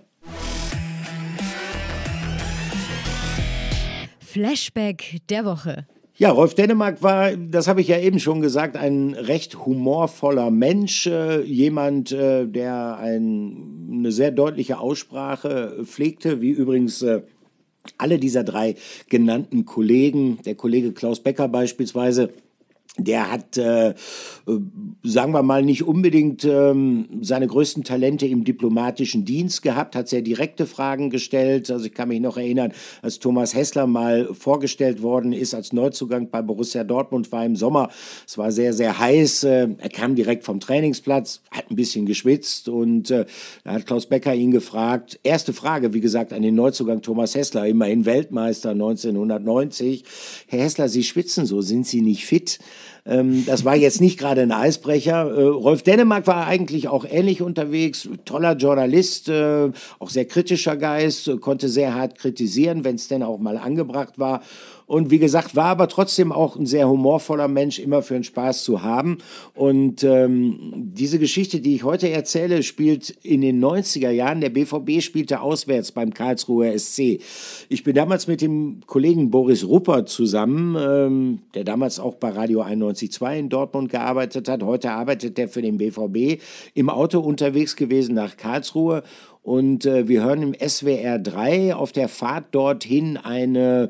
Flashback der Woche. Ja, Rolf Dennemark war, das habe ich ja eben schon gesagt, ein recht humorvoller Mensch. Äh, jemand, äh, der ein, eine sehr deutliche Aussprache pflegte, wie übrigens äh, alle dieser drei genannten Kollegen. Der Kollege Klaus Becker beispielsweise, Der hat, äh, sagen wir mal, nicht unbedingt ähm, seine größten Talente im diplomatischen Dienst gehabt, hat sehr direkte Fragen gestellt. Also ich kann mich noch erinnern, als Thomas Hässler mal vorgestellt worden ist als Neuzugang bei Borussia Dortmund, war im Sommer, es war sehr, sehr heiß. Äh, er kam direkt vom Trainingsplatz, hat ein bisschen geschwitzt und äh, da hat Klaus Becker ihn gefragt. Erste Frage, wie gesagt, an den Neuzugang Thomas Hässler, immerhin Weltmeister neunzehnhundertneunzig. Herr Hässler, Sie schwitzen so, sind Sie nicht fit? Das war jetzt nicht gerade ein Eisbrecher. Rolf Dennemark war eigentlich auch ähnlich unterwegs. Toller Journalist, auch sehr kritischer Geist, konnte sehr hart kritisieren, wenn es denn auch mal angebracht war. Und wie gesagt, war aber trotzdem auch ein sehr humorvoller Mensch, immer für den Spaß zu haben. Und ähm, diese Geschichte, die ich heute erzähle, spielt in den neunziger Jahren. Der B V B spielte auswärts beim Karlsruher S C. Ich bin damals mit dem Kollegen Boris Ruppert zusammen, ähm, der damals auch bei Radio einundneunzig Komma zwei in Dortmund gearbeitet hat. Heute arbeitet er für den B V B, im Auto unterwegs gewesen nach Karlsruhe. Und äh, wir hören im S W R drei auf der Fahrt dorthin eine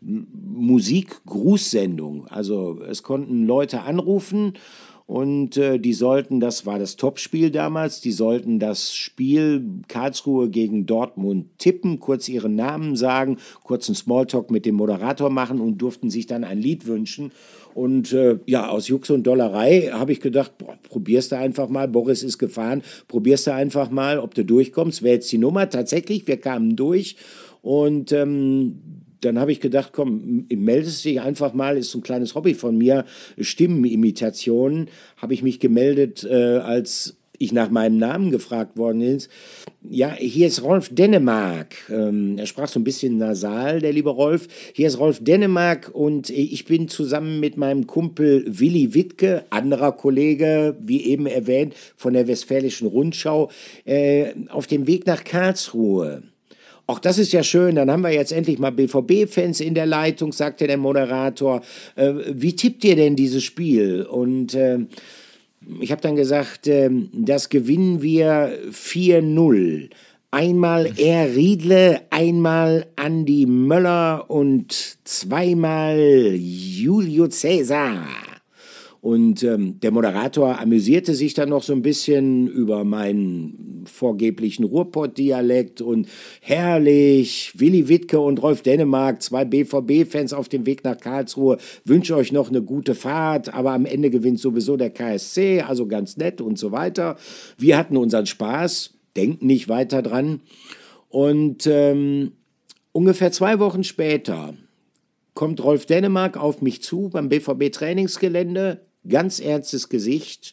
Musikgrußsendung. Also es konnten Leute anrufen und äh, die sollten, das war das Topspiel damals, die sollten das Spiel Karlsruhe gegen Dortmund tippen, kurz ihren Namen sagen, kurzen Smalltalk mit dem Moderator machen und durften sich dann ein Lied wünschen. Und äh, ja, aus Jux und Dollerei habe ich gedacht, boah, probierst du einfach mal, Boris ist gefahren, probierst du einfach mal, ob du durchkommst, wäre jetzt die Nummer. Tatsächlich, wir kamen durch und ähm, dann habe ich gedacht, komm, meldest dich einfach mal, ist so ein kleines Hobby von mir, Stimmenimitationen, habe ich mich gemeldet, äh, als ich nach meinem Namen gefragt worden ist. Ja, hier ist Rolf Dennemark. Ähm, er sprach so ein bisschen nasal, der liebe Rolf. Hier ist Rolf Dennemark und ich bin zusammen mit meinem Kumpel Willi Wittke, anderer Kollege, wie eben erwähnt, von der Westfälischen Rundschau, äh, auf dem Weg nach Karlsruhe. Auch das ist ja schön, dann haben wir jetzt endlich mal B V B-Fans in der Leitung, sagte der Moderator. Äh, wie tippt ihr denn dieses Spiel? Und äh, ich habe dann gesagt, äh, das gewinnen wir vier null. Einmal R. Riedle, einmal Andi Möller und zweimal Julio Cäsar. Und ähm, der Moderator amüsierte sich dann noch so ein bisschen über meinen vorgeblichen Ruhrpott-Dialekt und herrlich, Willi Wittke und Rolf Dennemark, zwei B V B-Fans auf dem Weg nach Karlsruhe, wünsche euch noch eine gute Fahrt, aber am Ende gewinnt sowieso der K S C, also ganz nett und so weiter. Wir hatten unseren Spaß, denken nicht weiter dran. Und ähm, ungefähr zwei Wochen später kommt Rolf Dennemark auf mich zu beim B V B-Trainingsgelände, ganz ernstes Gesicht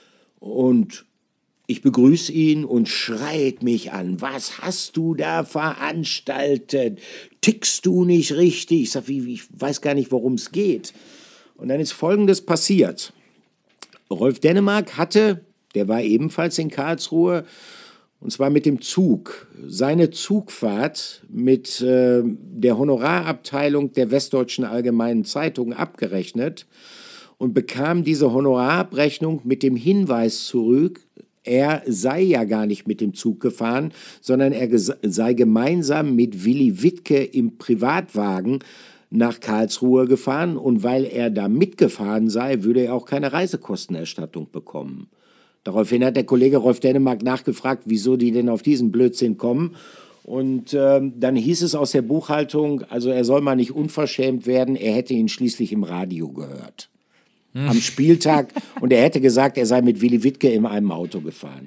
und ich begrüße ihn und schreit mich an. Was hast du da veranstaltet? Tickst du nicht richtig? Ich sage, ich weiß gar nicht, worum es geht. Und dann ist Folgendes passiert. Rolf Dennemark hatte, der war ebenfalls in Karlsruhe, und zwar mit dem Zug, seine Zugfahrt mit äh, der Honorarabteilung der Westdeutschen Allgemeinen Zeitung abgerechnet und bekam diese Honorarabrechnung mit dem Hinweis zurück, er sei ja gar nicht mit dem Zug gefahren, sondern er sei gemeinsam mit Willi Wittke im Privatwagen nach Karlsruhe gefahren und weil er da mitgefahren sei, würde er auch keine Reisekostenerstattung bekommen. Daraufhin hat der Kollege Rolf Dennemark nachgefragt, wieso die denn auf diesen Blödsinn kommen. Und ähm, dann hieß es aus der Buchhaltung, also er soll mal nicht unverschämt werden, er hätte ihn schließlich im Radio gehört. Hm. Am Spieltag. Und er hätte gesagt, er sei mit Willi Wittke in einem Auto gefahren.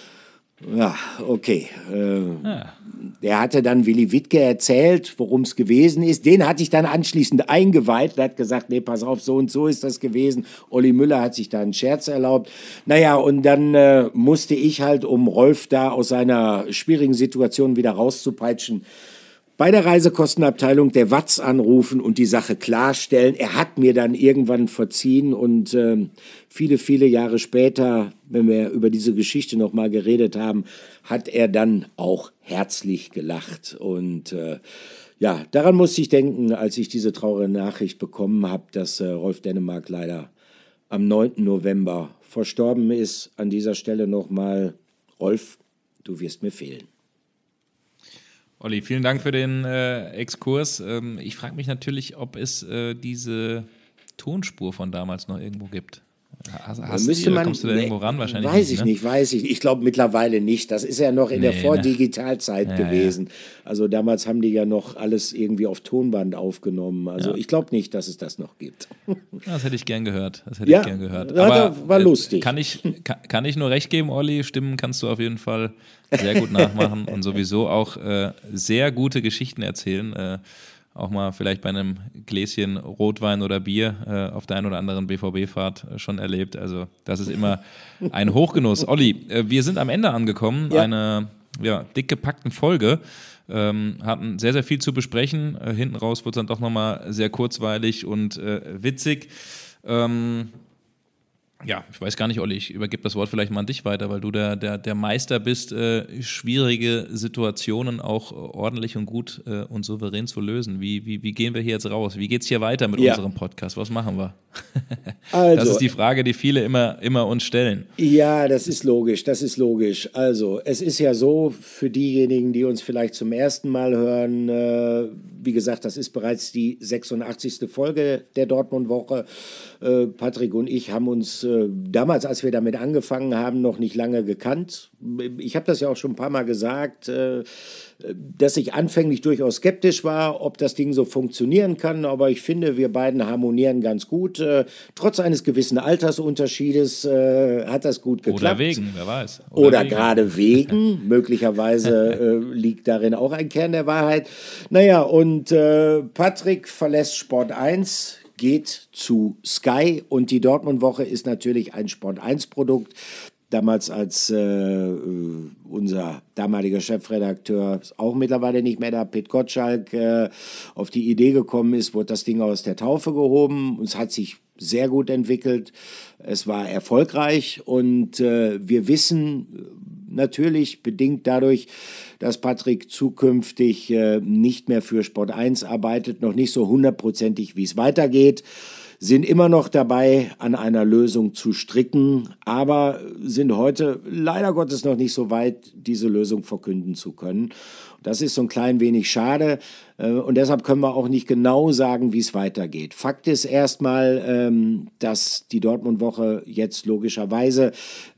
Ja, okay. Äh, ja. Der hatte dann Willi Wittke erzählt, worum es gewesen ist. Den hatte ich dann anschließend eingeweiht. Er hat gesagt, nee, pass auf, so und so ist das gewesen. Olli Müller hat sich da einen Scherz erlaubt. Naja, und dann äh, musste ich halt, um Rolf da aus seiner schwierigen Situation wieder rauszupeitschen, bei der Reisekostenabteilung der Watz anrufen und die Sache klarstellen. Er hat mir dann irgendwann verziehen und äh, viele, viele Jahre später, wenn wir über diese Geschichte nochmal geredet haben, hat er dann auch herzlich gelacht. Und äh, ja, daran musste ich denken, als ich diese traurige Nachricht bekommen habe, dass äh, Rolf Dennemark leider am neunten November verstorben ist. An dieser Stelle nochmal, Rolf, du wirst mir fehlen. Olli, vielen Dank für den äh, Exkurs. Ähm, ich frage mich natürlich, ob es äh, diese Tonspur von damals noch irgendwo gibt. Hast, hast müsste die, man, kommst du da nee, irgendwo ran? Wahrscheinlich weiß nicht, ich ne? nicht, weiß ich. Ich glaube mittlerweile nicht. Das ist ja noch in Nee, der Vordigitalzeit ne? gewesen. Ja, ja. Also damals haben die ja noch alles irgendwie auf Tonband aufgenommen. Also Ja. ich glaube nicht, dass es das noch gibt. Das hätte ich gern gehört. Das hätte Ja, ich gern gehört. ja, Aber das war äh, lustig. Kann ich, kann, kann ich nur recht geben, Olli? Stimmen kannst du auf jeden Fall sehr gut nachmachen und sowieso auch äh, sehr gute Geschichten erzählen. Äh, auch mal vielleicht bei einem Gläschen Rotwein oder Bier äh, auf der einen oder anderen B V B-Fahrt äh, schon erlebt. Also das ist immer ein Hochgenuss. Olli, äh, wir sind am Ende angekommen, Ja. eine ja, dick gepackten Folge. Ähm, hatten sehr, sehr viel zu besprechen. Äh, hinten raus wurde es dann doch nochmal sehr kurzweilig und äh, witzig. Ähm, ja, ich weiß gar nicht, Olli, ich übergebe das Wort vielleicht mal an dich weiter, weil du der, der, der Meister bist, äh, schwierige Situationen auch ordentlich und gut äh, und souverän zu lösen. Wie, wie, wie gehen wir hier jetzt raus? Wie geht es hier weiter mit Ja. unserem Podcast? Was machen wir? Also, das ist die Frage, die viele immer, immer uns stellen. Ja, das ist logisch, das ist logisch. Also, es ist ja so, für diejenigen, die uns vielleicht zum ersten Mal hören, äh, wie gesagt, das ist bereits die sechsundachtzigste Folge der Dortmund-Woche. Äh, Patrick und ich haben uns äh, damals, als wir damit angefangen haben, noch nicht lange gekannt. Ich habe das ja auch schon ein paar Mal gesagt, äh, dass ich anfänglich durchaus skeptisch war, ob das Ding so funktionieren kann, aber ich finde, wir beiden harmonieren ganz gut. Äh, trotz eines gewissen Altersunterschiedes äh, hat das gut geklappt. Oder wegen, wer weiß. Oder, Oder wegen. gerade wegen. Möglicherweise äh, liegt darin auch ein Kern der Wahrheit. Naja, und äh, Patrick verlässt Sport eins, geht zu Sky und die Dortmund-Woche ist natürlich ein Sport eins Produkt. Damals als äh, unser damaliger Chefredakteur, ist auch mittlerweile nicht mehr da, Pit Gottschalk, äh, auf die Idee gekommen ist, wurde das Ding aus der Taufe gehoben. Es hat sich sehr gut entwickelt. Es war erfolgreich und äh, wir wissen natürlich, bedingt dadurch, dass Patrick zukünftig äh, nicht mehr für Sport eins arbeitet, noch nicht so hundertprozentig, wie es weitergeht, sind immer noch dabei, an einer Lösung zu stricken, aber sind heute leider Gottes noch nicht so weit, diese Lösung verkünden zu können. Das ist so ein klein wenig schade und deshalb können wir auch nicht genau sagen, wie es weitergeht. Fakt ist erstmal, dass die Dortmund-Woche jetzt logischerweise,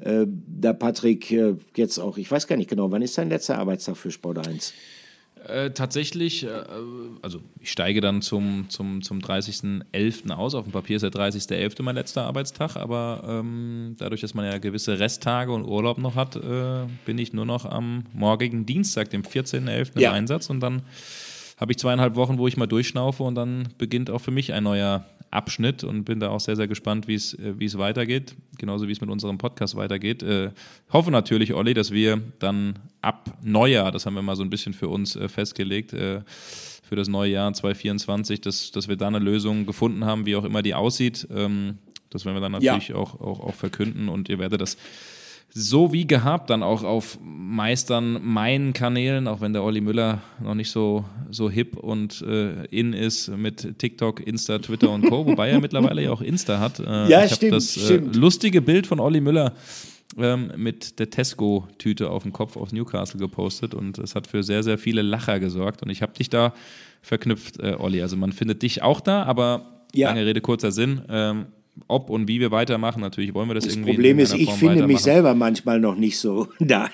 da Patrick jetzt auch, ich weiß gar nicht genau, wann ist sein letzter Arbeitstag für Sport eins? Äh, tatsächlich, äh, also ich steige dann zum, zum, zum dreißigsten elften aus. Auf dem Papier ist der dreißigste elfte mein letzter Arbeitstag, aber ähm, dadurch, dass man ja gewisse Resttage und Urlaub noch hat, äh, bin ich nur noch am morgigen Dienstag, dem vierzehnten elften Ja. im Einsatz und dann habe ich zweieinhalb Wochen, wo ich mal durchschnaufe und dann beginnt auch für mich ein neuer Abschnitt und bin da auch sehr, sehr gespannt, wie es wie es weitergeht, genauso wie es mit unserem Podcast weitergeht. Äh, hoffe natürlich, Olli, dass wir dann ab Neujahr, das haben wir mal so ein bisschen für uns äh, festgelegt, äh, für das neue Jahr zwanzig vierundzwanzig, dass, dass wir da eine Lösung gefunden haben, wie auch immer die aussieht. Ähm, das werden wir dann natürlich Ja. auch, auch, auch verkünden und ihr werdet das so wie gehabt dann auch auf meistern meinen Kanälen, auch wenn der Olli Müller noch nicht so, so hip und äh, in ist mit TikTok, Insta, Twitter und Co., wobei er mittlerweile ja auch Insta hat. Äh, Ja, ich stimmt, habe das äh, stimmt. lustige Bild von Olli Müller ähm, mit der Tesco-Tüte auf dem Kopf aus Newcastle gepostet und es hat für sehr, sehr viele Lacher gesorgt und ich habe dich da verknüpft, äh, Olli. Also man findet dich auch da, aber Ja. lange Rede, kurzer Sinn, ähm, ob und wie wir weitermachen, natürlich wollen wir das, Das irgendwie Problem in ist, irgendeiner ich Form finde mich weitermachen. selber manchmal noch nicht so da.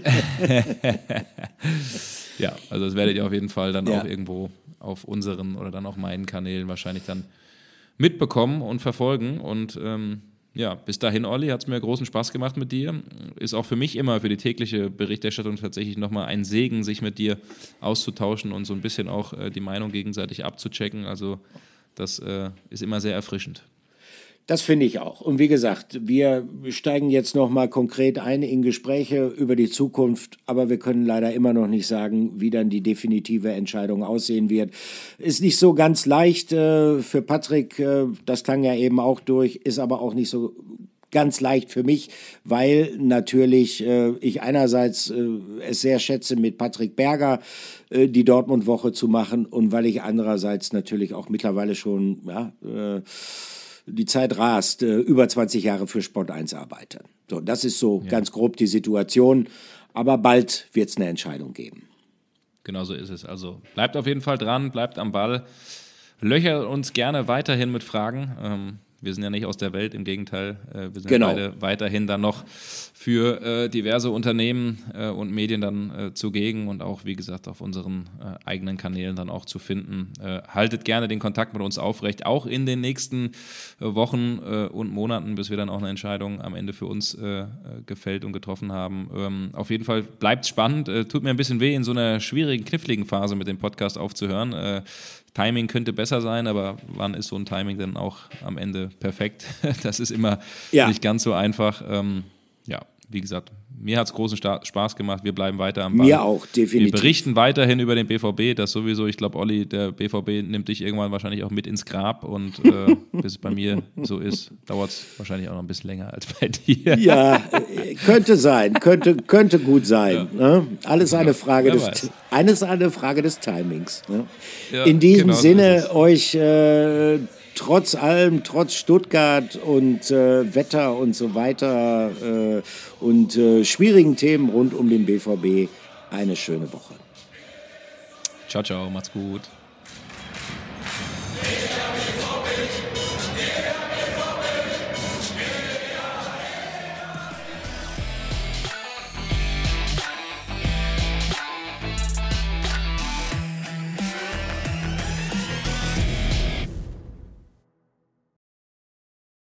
Ja, also das werdet ihr auf jeden Fall dann Ja. auch irgendwo auf unseren oder dann auch meinen Kanälen wahrscheinlich dann mitbekommen und verfolgen. Und ähm, ja, bis dahin, Olli, hat es mir großen Spaß gemacht mit dir. Ist auch für mich immer für die tägliche Berichterstattung tatsächlich nochmal ein Segen, sich mit dir auszutauschen und so ein bisschen auch äh, die Meinung gegenseitig abzuchecken. Also das äh, ist immer sehr erfrischend. Das finde ich auch. Und wie gesagt, wir steigen jetzt noch mal konkret ein in Gespräche über die Zukunft, aber wir können leider immer noch nicht sagen, wie dann die definitive Entscheidung aussehen wird. Ist nicht so ganz leicht äh, für Patrick, äh, das klang ja eben auch durch, ist aber auch nicht so ganz leicht für mich, weil natürlich äh, ich einerseits äh, es sehr schätze, mit Patrick Berger äh, die Dortmund-Woche zu machen und weil ich andererseits natürlich auch mittlerweile schon, ja, äh, die Zeit rast, äh, über zwanzig Jahre für Sport eins arbeite. So, das ist so ja. ganz grob die Situation, aber bald wird es eine Entscheidung geben. Genau so ist es. Also bleibt auf jeden Fall dran, bleibt am Ball löchert uns gerne weiterhin mit Fragen. Ähm, wir sind ja nicht aus der Welt, im Gegenteil. Äh, wir sind genau. ja beide weiterhin dann noch für äh, diverse Unternehmen äh, und Medien dann äh, zugegen und auch, wie gesagt, auf unseren äh, eigenen Kanälen dann auch zu finden. Äh, haltet gerne den Kontakt mit uns aufrecht, auch in den nächsten äh, Wochen äh, und Monaten, bis wir dann auch eine Entscheidung am Ende für uns äh, gefällt und getroffen haben. Ähm, auf jeden Fall bleibt spannend. Äh, tut mir ein bisschen weh, in so einer schwierigen, kniffligen Phase mit dem Podcast aufzuhören. Äh, Timing könnte besser sein, aber wann ist so ein Timing denn auch am Ende perfekt? Das ist immer ja. nicht ganz so einfach. Ähm, ja, wie gesagt, mir hat es großen Sta- Spaß gemacht. Wir bleiben weiter am Ball. Mir auch, definitiv. Wir berichten weiterhin über den B V B. Das sowieso, ich glaube, Olli, der B V B nimmt dich irgendwann wahrscheinlich auch mit ins Grab. Und äh, bis es bei mir so ist, dauert es wahrscheinlich auch noch ein bisschen länger als bei dir. Ja, könnte sein. Könnte, könnte gut sein. Ja. Ne? Alles eine Frage, ja, des, alles eine Frage des Timings. Ne? Ja, in diesem genau Sinne so euch äh, trotz allem, trotz Stuttgart und äh, Wetter und so weiter äh, und äh, schwierigen Themen rund um den B V B eine schöne Woche. Ciao, ciao, macht's gut. Der B V B